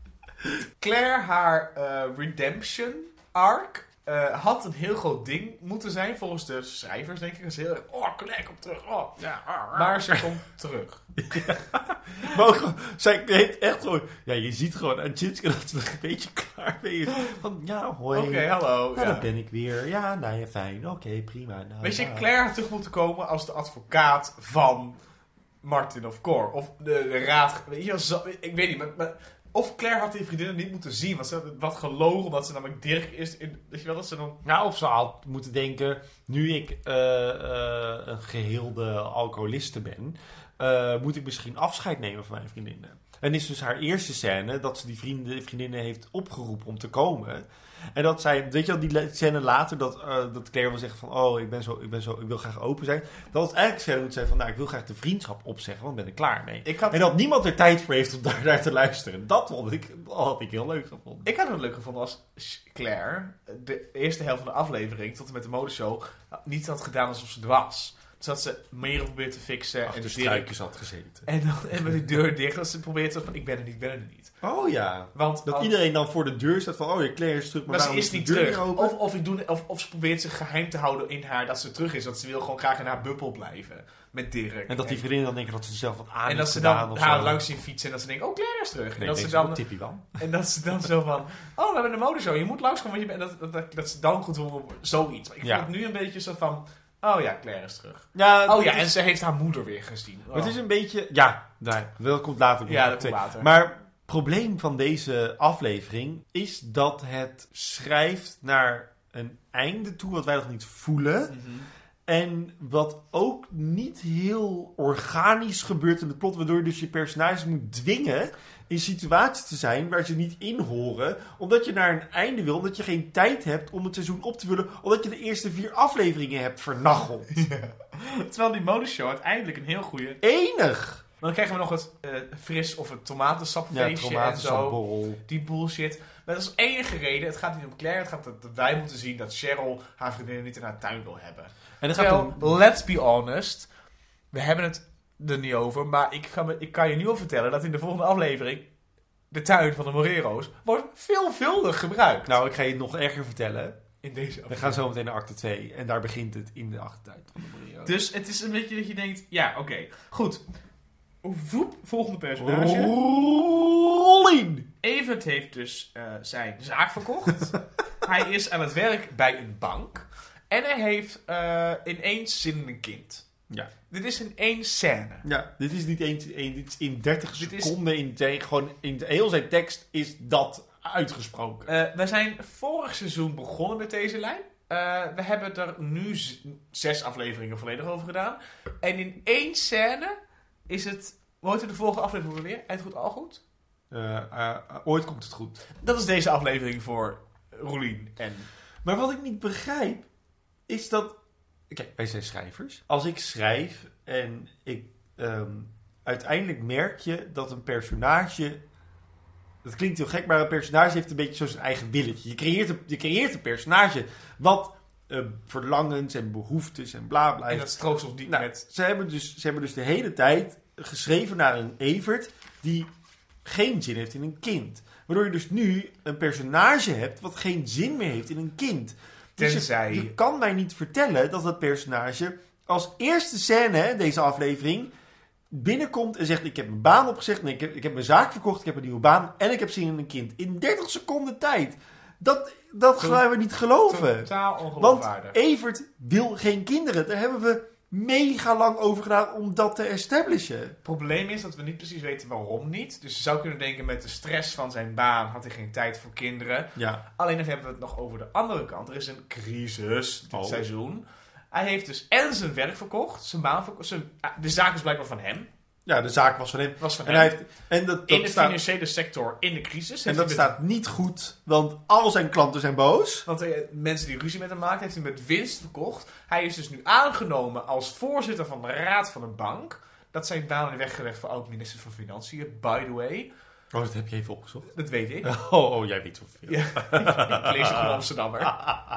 Claire, haar uh, redemption arc uh, had een heel groot ding moeten zijn volgens de schrijvers, denk ik. Dat is heel erg, oh, Claire komt terug, oh. Ja, Maar ze komt terug. Ja. Maar ook gewoon, zij heeft echt gewoon... Ja, je ziet gewoon aan Tjitske dat ze er een beetje klaar mee is. Van, ja, hoi. Oké, okay, hallo. Nou, ja. dan ben ik weer. Ja, nou ja, fijn. Oké, okay, prima. Nou, Weet je, ja. Claire had terug moeten komen als de advocaat van Martin of Cor. Of de, de raad... Weet je, zo, ik weet niet, maar... maar of Claire had die vriendinnen niet moeten zien. Want ze had wat gelogen, omdat ze namelijk Dirk is. In, weet je wel, dat ze dan... Nou, of ze had moeten denken... Nu ik uh, uh, een geheelde alcoholiste ben... Uh, moet ik misschien afscheid nemen van mijn vriendinnen. En is dus haar eerste scène... dat ze die vrienden, vriendinnen heeft opgeroepen om te komen... En dat zij, weet je wel, die scène later, dat, uh, dat Claire wil zeggen van, oh, ik ben zo, ik ben zo, ik wil graag open zijn. Dat het eigenlijk scène moet zijn van, nou, ik wil graag de vriendschap opzeggen, want ik ben er klaar mee. Ik had, en dat niemand er tijd voor heeft om daar naar te luisteren. Dat vond ik, dat had ik heel leuk gevonden. Ik had het leuk gevonden als Claire de eerste helft van de aflevering, tot en met de modeshow, niet had gedaan alsof ze er was. Dus dat ze meer probeert te fixen. Achter en de struikjes had gezeten. En, dan, en met de deur dicht, dat ze probeert zo van, ik ben er niet, ik ben er niet. Oh ja. Want dat als, iedereen dan voor de deur staat van, oh ja, Claire is terug, maar, maar ze is de niet deur terug. open? Of, of, ik doe, of, of ze probeert zich geheim te houden in haar dat ze terug is. Want ze wil gewoon graag in haar bubbel blijven. Met Dirk. En dat die vriendinnen dan denken dat ze zelf wat aan En dat ze dan haar langs zien fietsen en dat ze denken, oh, Claire is terug. Nee, en, dat nee, ze dan, tippie wel. en dat ze dan zo van, oh, we hebben een modeshow, je moet langskomen. Want je bent, dat, dat, dat ze dan goed doen, zoiets. Maar ik ja. vind het nu een beetje zo van, oh ja, Claire is terug. Ja, oh ja, is... en ze heeft haar moeder weer gezien. Oh. Het is een beetje, ja, daar, dat komt later. Nog ja, dat komt later. Maar het probleem van deze aflevering is dat het schrijft naar een einde toe wat wij nog niet voelen. Mm-hmm. En wat ook niet heel organisch gebeurt in het plot, waardoor je dus je personages moet dwingen in situaties te zijn waar ze niet in horen, omdat je naar een einde wil, omdat je geen tijd hebt om het seizoen op te vullen, omdat je de eerste vier afleveringen hebt vernacheld. Ja. Terwijl die modeshow uiteindelijk een heel goede... Enig! Dan krijgen we nog het uh, fris of het tomatensapfeestje ja, en zo. Borrel. Die bullshit. Maar dat is enige reden. Het gaat niet om Claire. Het gaat dat, dat wij moeten zien dat Cheryl haar vriendinnen niet in haar tuin wil hebben. En dan Terwijl, gaat om... let's be honest. We hebben het er niet over. Maar ik, ga me, ik kan je nu al vertellen dat in de volgende aflevering de tuin van de Morero's wordt veelvuldig gebruikt. Nou, ik ga je nog erger vertellen. In deze aflevering. We gaan zo meteen naar acte twee. En daar begint het in de achtertuin van de Morero's. Dus het is een beetje dat je denkt, ja, oké, okay, goed. Voep, volgende personage. Rolien! Evert heeft dus uh, zijn zaak verkocht. Hij is aan het werk bij een bank. En hij heeft uh, ineens zin in een kind. Ja. Dit is in één scène. Ja, dit is niet één, één dit is in dertig dit seconden. Is... In te, gewoon in de, heel zijn tekst is dat uitgesproken. Uh, we zijn vorig seizoen begonnen met deze lijn. Uh, we hebben er nu z- zes afleveringen volledig over gedaan. En in één scène is het... Hoe heet de volgende aflevering weer? Eind goed, al goed? Uh, uh, ooit komt het goed. Dat is deze aflevering voor Rolien en... Maar wat ik niet begrijp, is dat... Kijk, wij zijn schrijvers. Als ik schrijf en ik... Um, uiteindelijk merk je dat een personage... Dat klinkt heel gek, maar een personage heeft een beetje zo zijn eigen willetje. Je creëert een, je creëert een personage wat uh, verlangens en behoeftes en bla bla. En dat strookt op die nou, met... Ze hebben, dus, ze hebben dus de hele tijd geschreven naar een Evert die geen zin heeft in een kind. Waardoor je dus nu een personage hebt wat geen zin meer heeft in een kind. Dus Tenzij... je, je kan mij niet vertellen dat dat personage als eerste scène, hè, deze aflevering, binnenkomt en zegt: ik heb mijn baan opgezegd, nee, ik, heb, ik heb mijn zaak verkocht, ik heb een nieuwe baan en ik heb zin in een kind. In dertig seconden tijd. Dat, dat gaan we niet geloven. Totaal ongeloofwaardig. Want Evert wil geen kinderen. Daar hebben we mega lang over gedaan om dat te establishen. Het probleem is dat we niet precies weten waarom niet. Dus je zou kunnen denken, met de stress van zijn baan had hij geen tijd voor kinderen. Ja. Alleen dan hebben we het nog over de andere kant. Er is een crisis dit oh. seizoen. Hij heeft dus en zijn werk verkocht, zijn baan verkocht. Zijn, de zaak is blijkbaar van hem. Ja, de zaak was van hem. Was van en hem. Hij heeft, en dat, dat in de staat, financiële sector, in de crisis. En heeft dat hij met- staat niet goed, want al zijn klanten zijn boos. Want eh, mensen die ruzie met hem maakten, heeft hij met winst verkocht. Hij is dus nu aangenomen als voorzitter van de raad van een bank. Dat zijn banen weggelegd voor oud-minister van Financiën, by the way. Oh, dat heb je even opgezocht. Dat weet ik. Oh, oh jij weet zoveel. Ja, ik lees het gewoon Amsterdammer.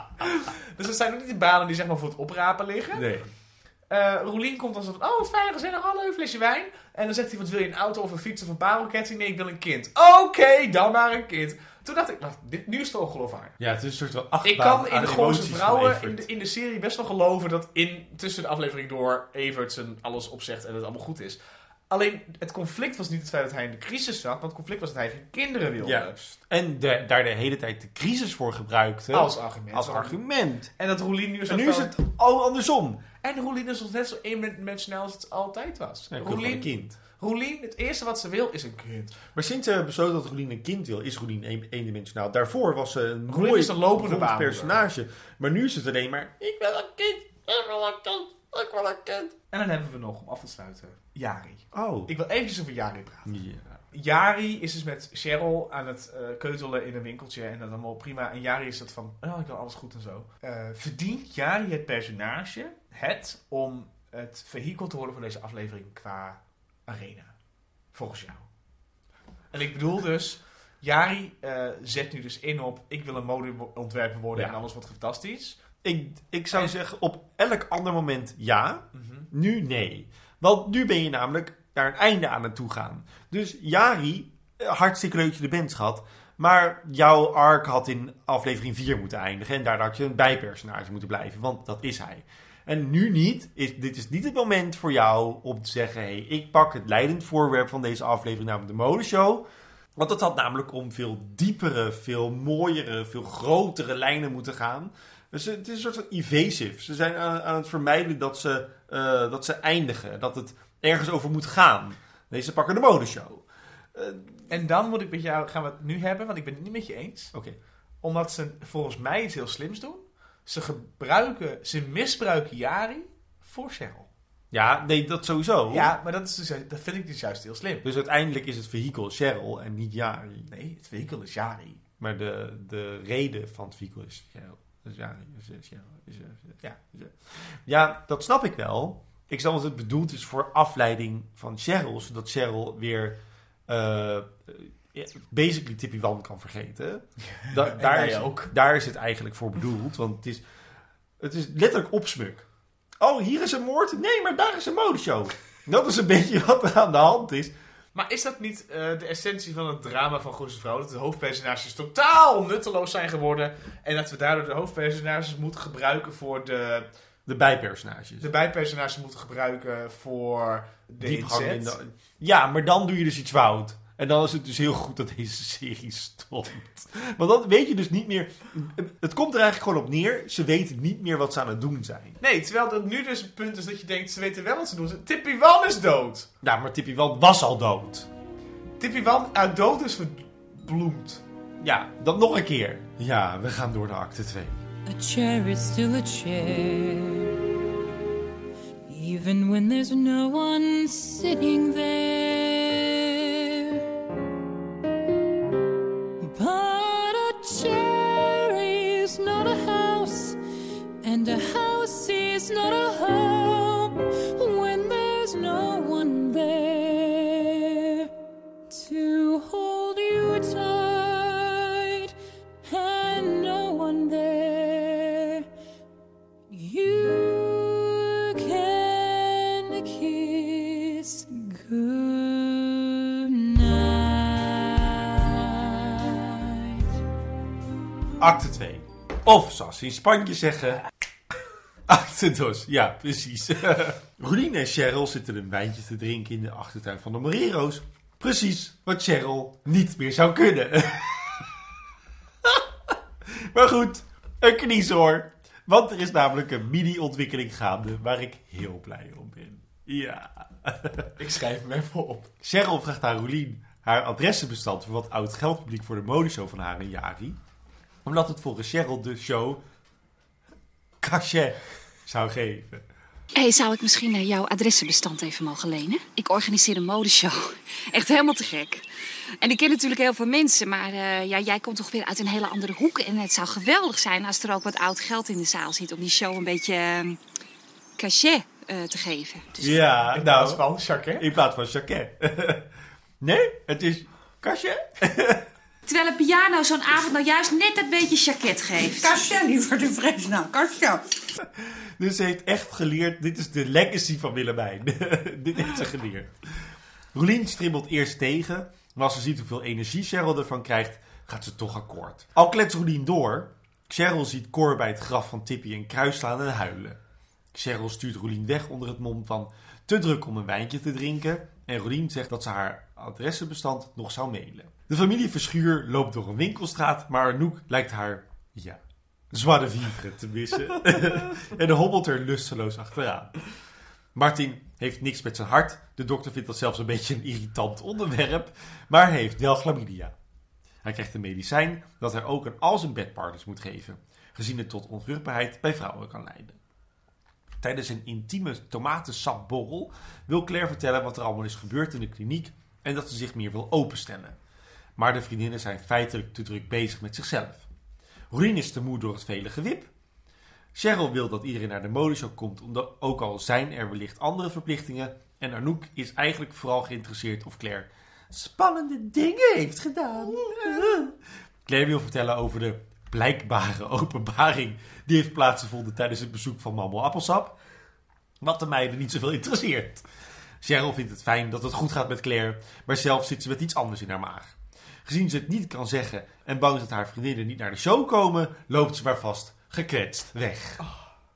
Dus dat zijn ook niet de banen die zeg maar voor het oprapen liggen. Nee. Uh, Roelien komt dan zo van, oh fijn, gezellig, hallo, een flesje wijn. En dan zegt hij, wat wil je, een auto of een fiets of een parelketting? Nee, ik wil een kind. Oké, okay, dan maar een kind. Toen dacht ik, nou, dit, nu is het ongeloofwaardig. Ja, het is een soort van achtbaan Ik kan in aan de Gooise emoties Vrouwen van in de, Evert. in de serie best wel geloven dat in, tussen de aflevering door Evert zijn alles opzegt en het allemaal goed is. Alleen, het conflict was niet het feit dat hij in de crisis zat, maar het conflict was dat hij geen kinderen wilde. Juist. En de, daar de hele tijd de crisis voor gebruikte. Als argument. Als argument. En dat Roelien nu zo En nu is van- het al andersom. En Roelien is nog net zo eendimensionaal als het altijd was. Ja, ik wil gewoon een Roelien, kind. Roelien, het eerste wat ze wil is een kind. Maar sinds ze besloten dat Roelien een kind wil, is Roelien een- eendimensionaal. Daarvoor was ze een Roelien mooi is een lopende rond baarmoeder. personage. Maar nu is het alleen maar, ik wil een kind, ik wil een kind, ik wil een kind. En dan hebben we nog, om af te sluiten, Jari. Oh. Ik wil eventjes over Jari praten. Ja. Jari is dus met Cheryl aan het uh, keutelen in een winkeltje en dat allemaal prima. En Jari is dat van, oh, ik doe alles goed en zo. Uh, verdient Jari het personage het om het vehikel te worden van deze aflevering qua arena? Volgens jou. En ik bedoel dus, Jari uh, zet nu dus in op, ik wil een modeontwerper worden Ja. en alles wordt fantastisch. Ik, ik zou En- zeggen, op elk ander moment ja, Mm-hmm. nu nee. Want nu ben je namelijk naar een einde aan het toe gaan. Dus Jari, eh, hartstikke leuk dat je er bent, schat. Maar jouw arc had in aflevering vier moeten eindigen. En daar had je een bijpersonage moeten blijven. Want dat is hij. En nu niet. Is, dit is niet het moment voor jou om te zeggen, hey, ik pak het leidend voorwerp van deze aflevering, namelijk de modeshow. Want dat had namelijk om veel diepere, veel mooiere, veel grotere lijnen moeten gaan. Dus het is een soort van evasive. Ze zijn aan, aan het vermijden dat ze, uh, dat ze eindigen. Dat het ergens over moet gaan. Nee, ze pakken de modeshow. Uh, En dan moet ik met jou, gaan we het nu hebben, want ik ben het niet met je eens. Oké. Okay. Omdat ze volgens mij iets heel slims doen. Ze gebruiken, ze misbruiken Jari voor Cheryl. Ja, nee, dat sowieso. Ja, maar dat, is dus, dat vind ik dus juist heel slim. Dus uiteindelijk is het vehikel Cheryl en niet Jari. Nee, het vehikel is Jari. Maar de, de reden van het vehikel is Cheryl. Dus Jari is Cheryl. Is, ja, is, ja, dat snap ik wel. Ik snap dat het bedoeld is voor afleiding van Cheryl. Zodat Cheryl weer uh, basically Tippy Wan kan vergeten. Da, daar, is, ook. daar is het eigenlijk voor bedoeld. Want het is, het is letterlijk opsmuk. Oh, hier is een moord? Nee, maar daar is een modeshow. Dat is een beetje wat er aan de hand is. Maar is dat niet uh, de essentie van het drama van Gooise Vrouw? Dat de hoofdpersonages totaal nutteloos zijn geworden. En dat we daardoor de hoofdpersonages moeten gebruiken voor de... De bijpersonages. De bijpersonages moeten gebruiken voor de diepgang in inzet. de... Ja, maar dan doe je dus iets fout. En dan is het dus heel goed dat deze serie stopt. Want dan weet je dus niet meer... Het komt er eigenlijk gewoon op neer. Ze weten niet meer wat ze aan het doen zijn. Nee, terwijl dat nu dus het punt is dat je denkt... Ze weten wel wat ze doen. Tippy Wan is dood. Ja, maar Tippy Wan was al dood. Tippy Wan uit dood is verbloemd. Ja, dat nog een keer. Ja, we gaan door naar acte twee. A chair is still a chair, even when there's no one sitting there. But a chair is not a house, and a house is not a home when there's no one there to hold you tight, and no one there you can kiss goodnight. Acte twee. Of, zoals ze in Spanje zeggen... Acte dos. Ja, precies. Roelien en Cheryl zitten een wijntje te drinken in de achtertuin van de Morero's. Precies wat Cheryl niet meer zou kunnen. Maar goed, een knies hoor. Want er is namelijk een mini-ontwikkeling gaande waar ik heel blij om ben. Ja. Ik schrijf hem even op. Cheryl vraagt aan Roelien haar adressenbestand voor wat oud geldpubliek voor de modeshow van haar en Jari. Omdat het volgens Cheryl de show cachet zou geven. Hé, hey, zou ik misschien uh, jouw adressenbestand even mogen lenen? Ik organiseer een modeshow. Echt helemaal te gek. En ik ken natuurlijk heel veel mensen, maar uh, ja, jij komt toch weer uit een hele andere hoek. En het zou geweldig zijn als er ook wat oud geld in de zaal zit om die show een beetje uh, cachet uh, te geven. Dus... Ja, In nou, plaats van Jacquet. in plaats van Jacquet. Nee, het is Cachet. Terwijl een piano zo'n avond nou juist net dat beetje jacket geeft. Kastja, liever de vresnaam. Kastja. Dus ze heeft echt geleerd, dit is de legacy van Willemijn. Dit heeft ze geleerd. Roelien stribbelt eerst tegen, maar als ze ziet hoeveel energie Cheryl ervan krijgt, gaat ze toch akkoord. Al klets Roelien door, Cheryl ziet Cor bij het graf van Tippy een kruis slaan en huilen. Cheryl stuurt Roelien weg onder het mom van te druk om een wijntje te drinken en Roelien zegt dat ze haar adressenbestand nog zou mailen. De familie Verschuur loopt door een winkelstraat, maar Anouk lijkt haar, ja, joie de vivre te missen en hobbelt er lusteloos achteraan. Martin heeft niks met zijn hart. De dokter vindt dat zelfs een beetje een irritant onderwerp, maar hij heeft wel chlamydia. Hij krijgt een medicijn dat hij ook aan al zijn bedpartners moet geven, gezien het tot onvruchtbaarheid bij vrouwen kan leiden. Tijdens een intieme tomatensapborrel wil Claire vertellen wat er allemaal is gebeurd in de kliniek en dat ze zich meer wil openstellen. Maar de vriendinnen zijn feitelijk te druk bezig met zichzelf. Roelien is te moe door het vele gewip. Cheryl wil dat iedereen naar de modeshow komt, omdat ook al zijn er wellicht andere verplichtingen. En Anouk is eigenlijk vooral geïnteresseerd of Claire spannende dingen heeft gedaan. Claire wil vertellen over de blijkbare openbaring die heeft plaatsgevonden tijdens het bezoek van Mammel Appelsap. Wat de meiden niet zoveel interesseert. Cheryl vindt het fijn dat het goed gaat met Claire, maar zelf zit ze met iets anders in haar maag. Gezien ze het niet kan zeggen en bang dat haar vriendinnen niet naar de show komen, loopt ze maar vast gekwetst weg. Oh.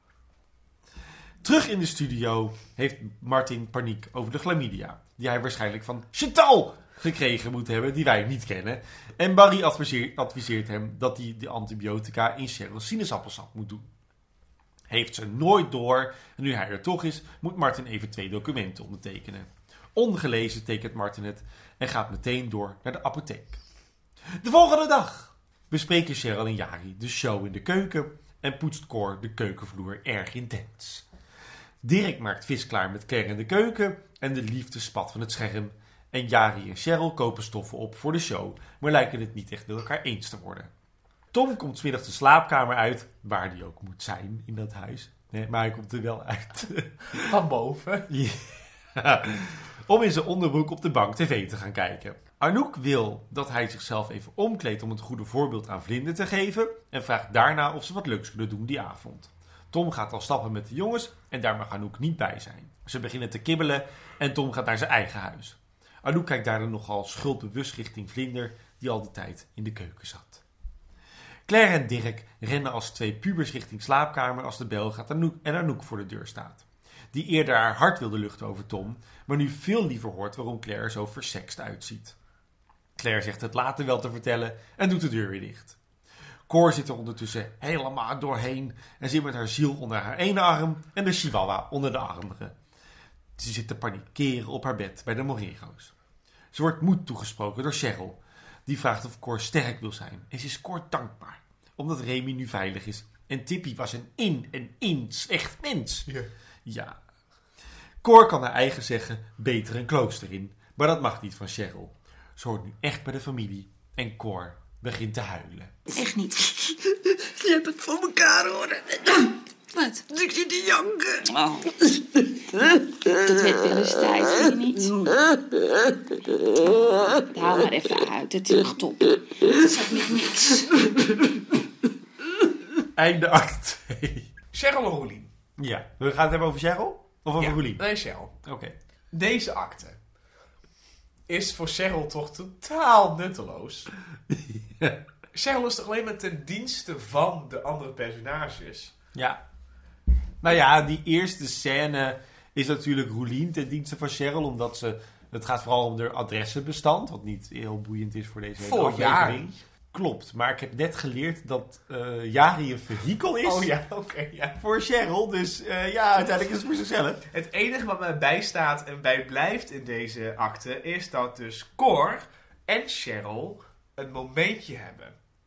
Terug in de studio heeft Martin paniek over de chlamydia, die hij waarschijnlijk van Chantal gekregen moet hebben, die wij niet kennen. En Barry adviseert, adviseert hem dat hij de antibiotica in Cheryl's sinaasappelsap moet doen. Heeft ze nooit door en nu hij er toch is, moet Martin even twee documenten ondertekenen. Ongelezen tekent Martin het en gaat meteen door naar de apotheek. De volgende dag bespreken Cheryl en Jari de show in de keuken en poetst Cor de keukenvloer erg intens. Dirk maakt vis klaar met Claire in de keuken en de liefde spat van het scherm. En Jari en Cheryl kopen stoffen op voor de show, maar lijken het niet echt met elkaar eens te worden. Tom komt 's middags de slaapkamer uit, waar die ook moet zijn in dat huis. Nee, maar hij komt er wel uit. Van boven. Ja. Om in zijn onderbroek op de bank tv te gaan kijken. Anouk wil dat hij zichzelf even omkleedt om het goede voorbeeld aan Vlinde te geven en vraagt daarna of ze wat leuks kunnen doen die avond. Tom gaat al stappen met de jongens en daar mag Anouk niet bij zijn. Ze beginnen te kibbelen en Tom gaat naar zijn eigen huis. Anouk kijkt daarna nogal schuldbewust richting Vlinder die al de tijd in de keuken zat. Claire en Dirk rennen als twee pubers richting slaapkamer als de bel gaat Anouk en Anouk voor de deur staat. Die eerder haar hart wilde luchten over Tom, maar nu veel liever hoort waarom Claire er zo versext uitziet. Claire zegt het later wel te vertellen en doet de deur weer dicht. Cor zit er ondertussen helemaal doorheen en zit met haar ziel onder haar ene arm en de chihuahua onder de andere. Ze zit te panikeren op haar bed bij de Morero's. Ze wordt moed toegesproken door Cheryl. Die vraagt of Cor sterk wil zijn en ze is Cor dankbaar, omdat Remy nu veilig is en Tippy was een in en in slecht mens. Ja. Ja. Cor kan naar eigen zeggen beter een klooster in, maar dat mag niet van Cheryl. Ze hoort nu echt bij de familie en Cor begint te huilen. Echt niet. Je hebt het voor elkaar, hoor. Wat? Ik zit te janken. Oh. Dat werd wel eens tijd, vind je niet? Haal maar even uit, het lucht op. Het is ook niet niks. Einde act twee. Cheryl en Roelien. Ja, we gaan het hebben over Cheryl? Of over Ja, Roelien? nee, Cheryl. Oké. Okay. Deze akte is voor Cheryl toch totaal nutteloos. Ja. Cheryl is toch alleen maar ten dienste van de andere personages? Ja. Nou ja, die eerste scène is natuurlijk Roelien ten dienste van Cheryl, omdat ze... Het gaat vooral om haar adressenbestand, wat niet heel boeiend is voor deze hele voor aflevering. Klopt, maar ik heb net geleerd dat uh, Jari een vehikel is oh, ja, okay, ja. voor Cheryl. Dus uh, ja, uiteindelijk is het voor zichzelf. Het enige wat mij bijstaat en bij blijft in deze akte is dat dus Cor en Cheryl een momentje hebben.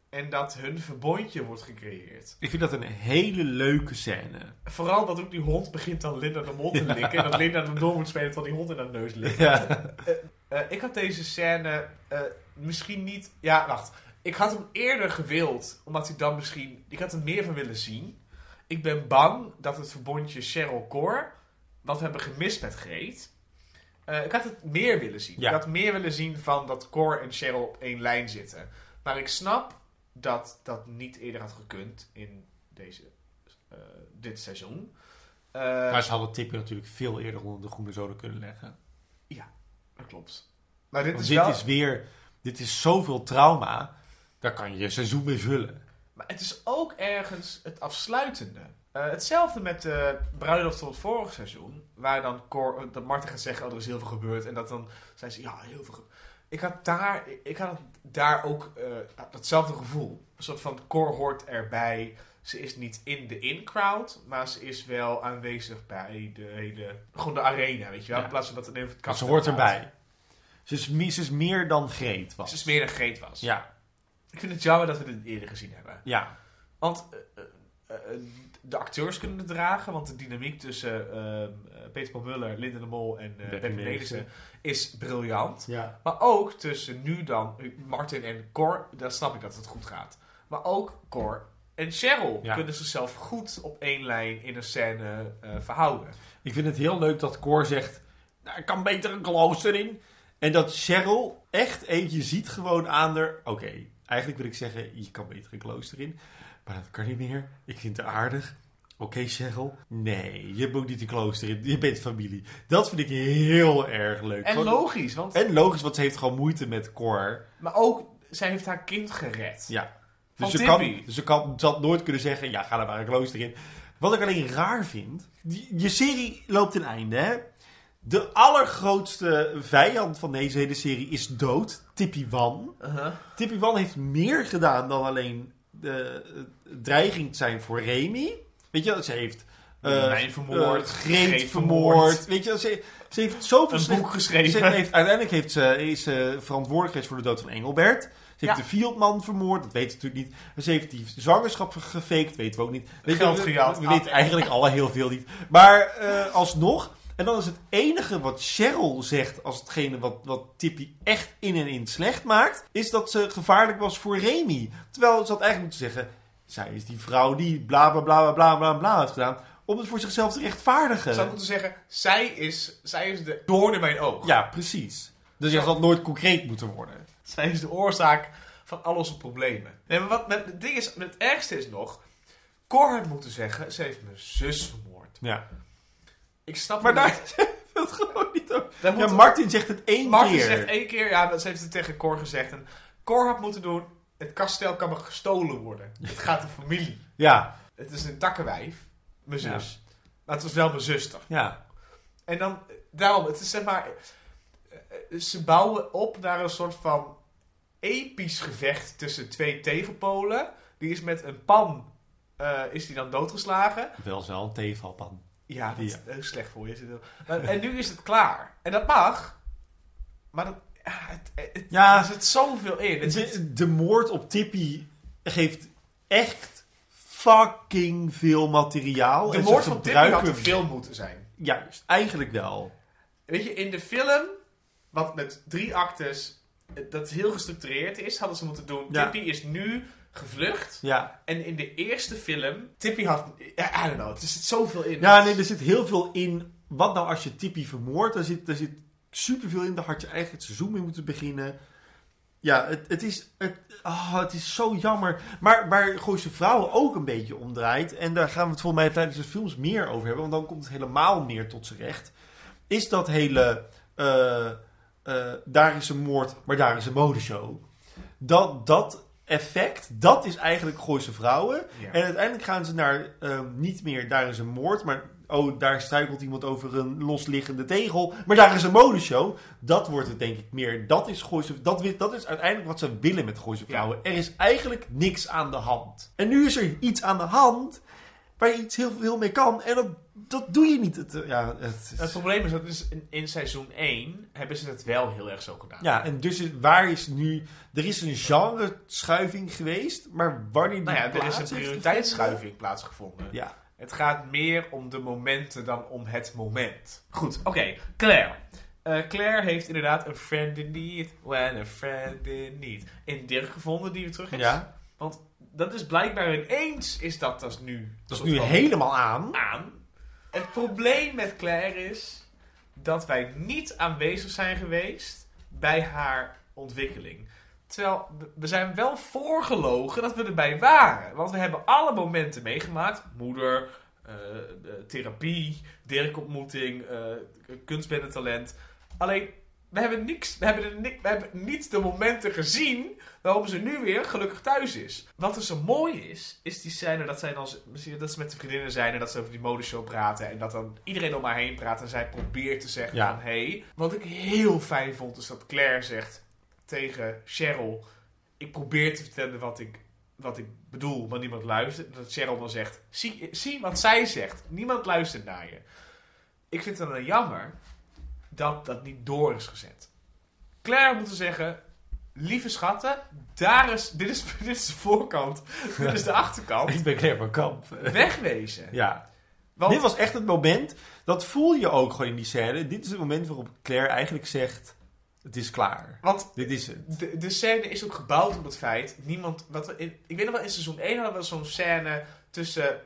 En dat hun verbondje wordt gecreëerd. Ik vind dat een hele leuke scène. Vooral dat ook die hond begint dan Linda de mond te likken. En dat Linda hem door moet spelen terwijl die hond in haar neus ligt. Ja. Uh, uh, ik had deze scène uh, misschien niet... Ja, wacht. Ik had hem eerder gewild. Omdat hij dan misschien... Ik had er meer van willen zien. Ik ben bang dat het verbondje Cheryl-Cor... Wat we hebben gemist met Greet... Uh, ik had het meer willen zien. Ja. Ik had meer willen zien van dat Cor en Cheryl op één lijn zitten. Maar ik snap dat dat niet eerder had gekund in deze, uh, dit seizoen. Uh, Maar ze hadden Tippy natuurlijk veel eerder onder de groene zoden kunnen leggen. Ja, dat klopt. Maar dit Want is dit wel... is weer... Dit is zoveel trauma. Daar kan je je seizoen mee vullen. Maar het is ook ergens het afsluitende. Uh, hetzelfde met de bruiloft van het vorige seizoen. Waar dan Cor, dat Marten gaat zeggen, oh, er is heel veel gebeurd. En dat dan zei ze, ja, heel veel gebeurd. Ik had daar, ik had daar ook uh, datzelfde gevoel. Een soort van Cor hoort erbij. Ze is niet in de in-crowd, maar ze is wel aanwezig bij de hele, gewoon de arena, weet je wel. Ja. In plaats van dat het even het Maar kast ze hoort gaat. erbij. Ze is, me- ze is meer dan Greet was. Ze is meer dan Greet was. Ja. Ik vind het jammer dat we dit eerder gezien hebben. Ja. Want uh, uh, uh, de acteurs kunnen het dragen, want de dynamiek tussen uh, Peter Paul Muller, Linda de Mol en uh, Beppe Beppe Nelissen Nelissen. is briljant. Ja. Maar ook tussen nu dan Martin en Cor, daar snap ik dat het goed gaat. Maar ook Cor en Cheryl Ja. kunnen zichzelf goed op één lijn in een scène uh, verhouden. Ik vind het heel leuk dat Cor zegt... Nou, ik kan beter een klooster in. En dat Cheryl echt eentje ziet gewoon aan haar... Oké, okay, eigenlijk wil ik zeggen... Je kan beter een klooster in. Maar dat kan niet meer. Ik vind het aardig. Oké, okay, Cheryl. Nee, je moet niet een klooster in. Je bent familie. Dat vind ik heel erg leuk. En Gewoon- logisch, want, En logisch, want ze heeft gewoon moeite met Cor. maar ook, zij heeft haar kind gered. Ja. Van Dus ze, kan, Tippy. dus ze kan, ze had nooit kunnen zeggen... Ja, ga er maar een klooster in. Wat ik alleen raar vind... Die, je serie loopt ten einde, hè? De allergrootste vijand van deze hele serie is dood. Tippy Wan. Uh-huh. Tippy Wan heeft meer gedaan dan alleen de uh, dreiging te zijn voor Remy. Weet je, ze heeft... Uh, Mij vermoord, uh, Greet Greet vermoord. vermoord. Weet je, ze, ze heeft zoveel... Een slecht- boek geschreven. Ze heeft, uiteindelijk heeft ze, is ze verantwoordelijk geweest voor de dood van Engelbert. Ze heeft Ja. de Fieldman vermoord, dat weten we natuurlijk niet. Ze heeft die zwangerschap gefaked, weten we ook niet. Weet je, Geld we- gejat. We, we weten eigenlijk alle heel veel niet. Maar uh, alsnog... En dan is het enige wat Cheryl zegt als hetgene wat, wat Tippy echt in en in slecht maakt, is dat ze gevaarlijk was voor Remy. Terwijl ze had eigenlijk moeten zeggen, zij is die vrouw die bla bla bla bla bla bla heeft gedaan, om het voor zichzelf te rechtvaardigen. Zou ik moeten zeggen, zij is, zij is de doorn in mijn oog. Ja, precies. Dus je had nooit concreet moeten worden. Zij is de oorzaak van al onze problemen. Nee, maar wat met, het ding is, het ergste is nog, Cor had moeten zeggen, ze heeft mijn zus vermoord. Ja. Ik snap Maar niet. daar is het gewoon niet over. Daar Ja, moet- Martin zegt het één Martin keer. zegt één keer, ja, ze heeft het tegen Cor gezegd. En Cor had moeten doen, het kasteel kan me gestolen worden. Het gaat om familie. Ja, Het is een takkenwijf, mijn Ja. zus. Maar het was wel mijn zuster. ja. En dan, daarom, het is zeg maar, eh, ze bouwen op naar een soort van episch gevecht tussen twee tegenpolen. Die is met een pan, uh, is die dan doodgeslagen. Wel wel een theevalpan. Ja, dat is Ja. heel slecht voor je. Maar, en nu is het klaar. En dat mag. Maar dat, ja, het, het, Ja. er zit zoveel in. Het zit- De, de moord op Tippy geeft echt fucking veel materiaal. de En ze moord van Tippy had gebruiken- een film moeten zijn. Juist, eigenlijk wel. Weet je, in de film, wat met drie actes, eh, dat heel gestructureerd is, hadden ze moeten doen. Ja. Tippy is nu gevlucht. Ja, En in de eerste film, Tippy had, ja, I don't know, er zit zoveel in. ja nee, er zit heel veel in. Wat nou als je Tippy vermoordt? Daar zit, daar zit superveel in. Daar had je eigenlijk het seizoen mee moeten beginnen. Ja, het, het, is, het, oh, het is zo jammer. Maar waar Gooise Vrouwen ook een beetje om draait, en daar gaan we het volgens mij tijdens de films meer over hebben, want dan komt het helemaal meer tot zijn recht, is dat hele, uh, uh, daar is een moord, maar daar is een modeshow. Dat, dat effect, dat is eigenlijk Gooise Vrouwen. Ja. En uiteindelijk gaan ze naar uh, niet meer, daar is een moord, maar oh, daar struikelt iemand over een losliggende tegel, maar daar is een modeshow. Dat wordt het denk ik meer. Dat is, Gooise, dat, dat is uiteindelijk wat ze willen met Gooise Vrouwen. Er is eigenlijk niks aan de hand. En nu is er iets aan de hand, waar je iets heel veel mee kan. En dat, dat doe je niet. Het, uh, ja, het, Het probleem is dat dus in, in seizoen één hebben ze het wel heel erg zo gedaan. ja, en dus is- waar is nu... Er is een genre-schuiving geweest, maar wanneer die Nou ja, er is plaats een heeft prioriteitsschuiving plaatsgevonden. gevonden- Ja. Het gaat meer om de momenten dan om het moment. Goed, oké. Okay, Claire. Uh, Claire heeft inderdaad een friend in need. When a friend in need. In Dirk gevonden die weer terug is. Ja. Want dat is blijkbaar ineens is dat dus nu... Dat is soort nu van helemaal aan. aan. Het probleem met Claire is dat wij niet aanwezig zijn geweest bij haar ontwikkeling. Terwijl, we zijn wel voorgelogen dat we erbij waren. Want we hebben alle momenten meegemaakt. Moeder, uh, therapie, Dirk-ontmoeting, uh, kunstbendetalent. Alleen, we hebben, niks, we, hebben er ni- we hebben niet de momenten gezien waarom ze nu weer gelukkig thuis is. Wat er zo mooi is, is die scène dat, zij dan, dat ze met de vriendinnen zijn en dat ze over die modeshow praten. En dat dan iedereen om haar heen praat en zij probeert te zeggen Ja. van... Hey, wat ik heel fijn vond is dat Claire zegt tegen Cheryl... Ik probeer te vertellen wat ik, wat ik bedoel, maar niemand luistert. Dat Cheryl dan zegt, zie, zie wat zij zegt. Niemand luistert naar je. Ik vind het dan jammer dat dat niet door is gezet. Claire moet zeggen... Lieve schatten, daar is, dit, is, dit is de voorkant. Dit is de achterkant. Ik ben Claire van Kamp. Wegwezen. Ja. Want, Dit was echt het moment, dat voel je ook gewoon in die scène. Dit is het moment waarop Claire eigenlijk zegt, het is klaar. want Dit is het. de, de scène is ook gebouwd op het feit... Niemand, wat we in, ik weet nog wel, in seizoen één hadden we zo'n scène tussen...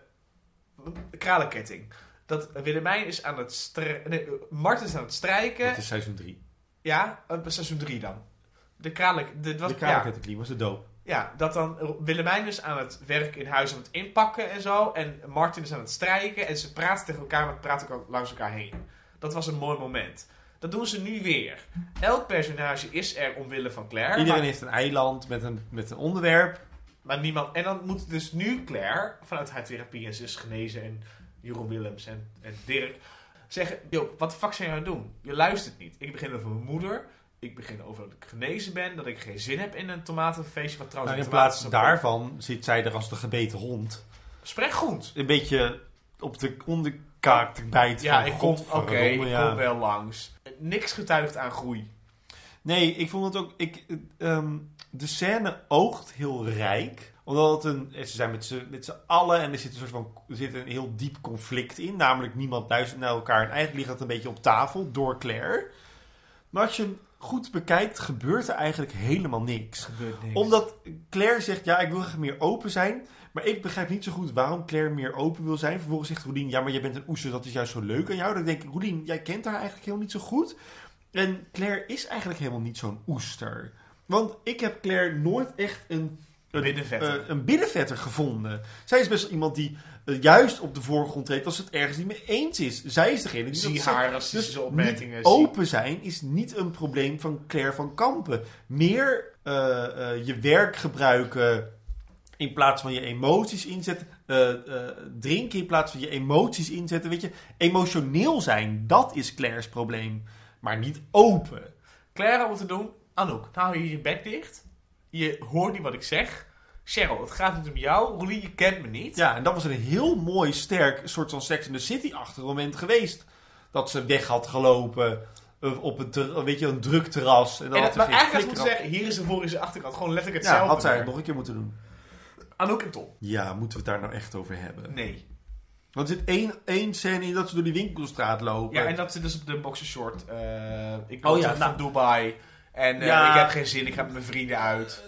Kralenketting. Dat Willemijn is aan het strijken... Nee, Marten is aan het strijken. Dat is seizoen drie. Ja, uh, seizoen drie dan. De kralik... Dit was, De ja, Kralenketting was de doop. ja, dat dan Willemijn is aan het werk in huis aan het inpakken en zo. En Martin is aan het strijken. En ze praten tegen elkaar, maar praten ook langs elkaar heen. Dat was een mooi moment. Dat doen ze nu weer. Elk personage is er omwille van Claire. Iedereen maar, heeft een eiland met een, met een onderwerp. maar niemand... En dan moet dus nu Claire, vanuit haar therapie en ze is genezen... en Jeroen Willems en, en Dirk... zeggen, joh, wat de fuck zijn jij aan het doen? Je luistert niet. Ik begin over mijn moeder... Ik begin over dat ik genezen ben, dat ik geen zin heb in een tomatenfeestje. Wat trouwens Nou, in een plaats tomatensap- daarvan zit zij er als de gebeten hond. Spreek goed. Een beetje op de onderkaak te bijten. Ja, van, ik kom, oké, godverdomme, ik ja. kom wel langs. Niks getuigt aan groei. Nee, ik vond het ook... Ik, ehm, de scène oogt heel rijk. Omdat het een... Ze zijn met z'n, met z'n allen en er zit een soort van... Er zit een heel diep conflict in. Namelijk niemand luistert naar elkaar. En eigenlijk ligt dat een beetje op tafel door Claire. Maar als je hem goed bekijkt, gebeurt er eigenlijk helemaal niks. Gebeurt niks. Omdat Claire zegt, ja, ik wil graag meer open zijn. Maar ik begrijp niet zo goed waarom Claire meer open wil zijn. Vervolgens zegt Roelien, ja, maar jij bent een oester, dat is juist zo leuk aan jou. Dan denk ik, Roelien, jij kent haar eigenlijk helemaal niet zo goed. En Claire is eigenlijk helemaal niet zo'n oester. Want ik heb Claire nooit echt een... Een Binnenvetter. uh, een binnenvetter gevonden. Zij is best wel iemand die uh, juist op de voorgrond treedt als het ergens niet mee eens is. Zij is degene die Zie dat haar zegt. racistische Dus opmerkingen. niet zie- open zijn is niet een probleem van Claire van Kampen. Meer uh, uh, je werk gebruiken in plaats van je emoties inzetten. Uh, uh, drinken in plaats van je emoties inzetten. Weet je, emotioneel zijn, dat is Claire's probleem. Maar niet open. Claire had moeten doen. Anouk, nou hou je je bek dicht. Je hoort niet wat ik zeg. Cheryl, het gaat niet om jou. Roelien, je kent me niet. Ja, en dat was een heel mooi, sterk soort van Sex in the City-achtig moment geweest. Dat ze weg had gelopen uh, op een, ter, weet je, een druk terras. En dan En had dat, ze maar geen eigenlijk had ze flikker moeten zeggen, hier is de voor, is de achterkant. Gewoon letterlijk af. hetzelfde. Ja, had zij het weer. nog een keer moeten doen. Anouk en Tom. Ja, moeten we het daar nou echt over hebben? Nee. Want er zit één, één scène in dat ze door die winkelstraat lopen. Ja, en dat ze dus op de boxershort. Uh, ik kom Oh ja, terug van nou. Dubai. En uh, Ja. ik heb geen zin, ik ga met mijn vrienden uit.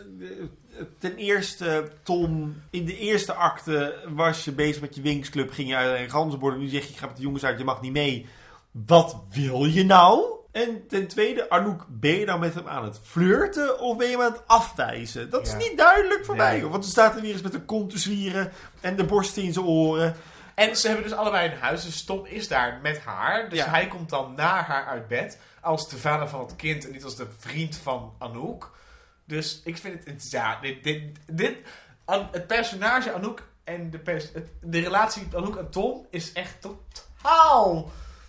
Ten eerste, Tom, in de eerste acte was je bezig met je winkelsclub, ging je uit een ganzenbord. Nu zeg je, ik ga met de jongens uit, je mag niet mee. Wat wil je nou? En ten tweede, Anouk, ben je nou met hem aan het flirten of ben je hem aan het afwijzen? Dat Ja. is niet duidelijk voor Nee. mij. Want ze staat er weer eens met een kont te zwieren en de borsten in zijn oren. En ze hebben dus allebei een huis. Dus Tom is daar met haar. Dus Ja. hij komt dan naar haar uit bed. Als de vader van het kind en niet als de vriend van Anouk. Dus ik vind het... het ja, dit, dit, dit, An- het personage Anouk en de, pers, het, de relatie Anouk en Tom is echt totaal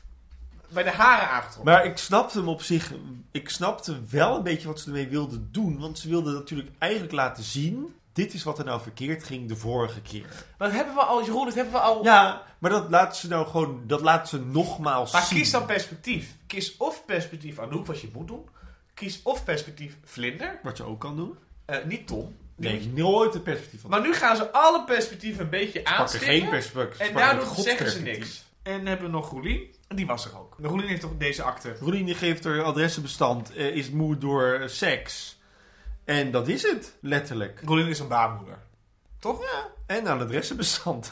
bij de haren aangetrokken. Maar ik snapte hem op zich. Ik snapte wel een beetje wat ze ermee wilden doen. Want ze wilden natuurlijk eigenlijk laten zien dit is wat er nou verkeerd ging de vorige keer. Maar dat hebben we al, Jeroen, dat hebben we al... Ja, maar dat laat ze nou gewoon, dat laat ze nogmaals Maar zien. kies dan perspectief. Kies of perspectief Anouk, wat je moet doen. Kies of perspectief Vlinder. Wat je ook kan doen. Uh, niet Tom. Die Nee, moet- nooit het perspectief van. Maar nu gaan ze alle perspectieven een beetje Ze pakken aanstippen. geen perspectief. En ze pakken daardoor het zeggen ze godsperspectief. niks. En dan hebben we nog Roelien. En die was er ook. De Roelien heeft toch deze akte. Roelien die geeft haar adressenbestand, eh, is moe door eh, seks. En dat is het, letterlijk. Roelien is een baarmoeder. Toch? Ja, en aan adressenbestand.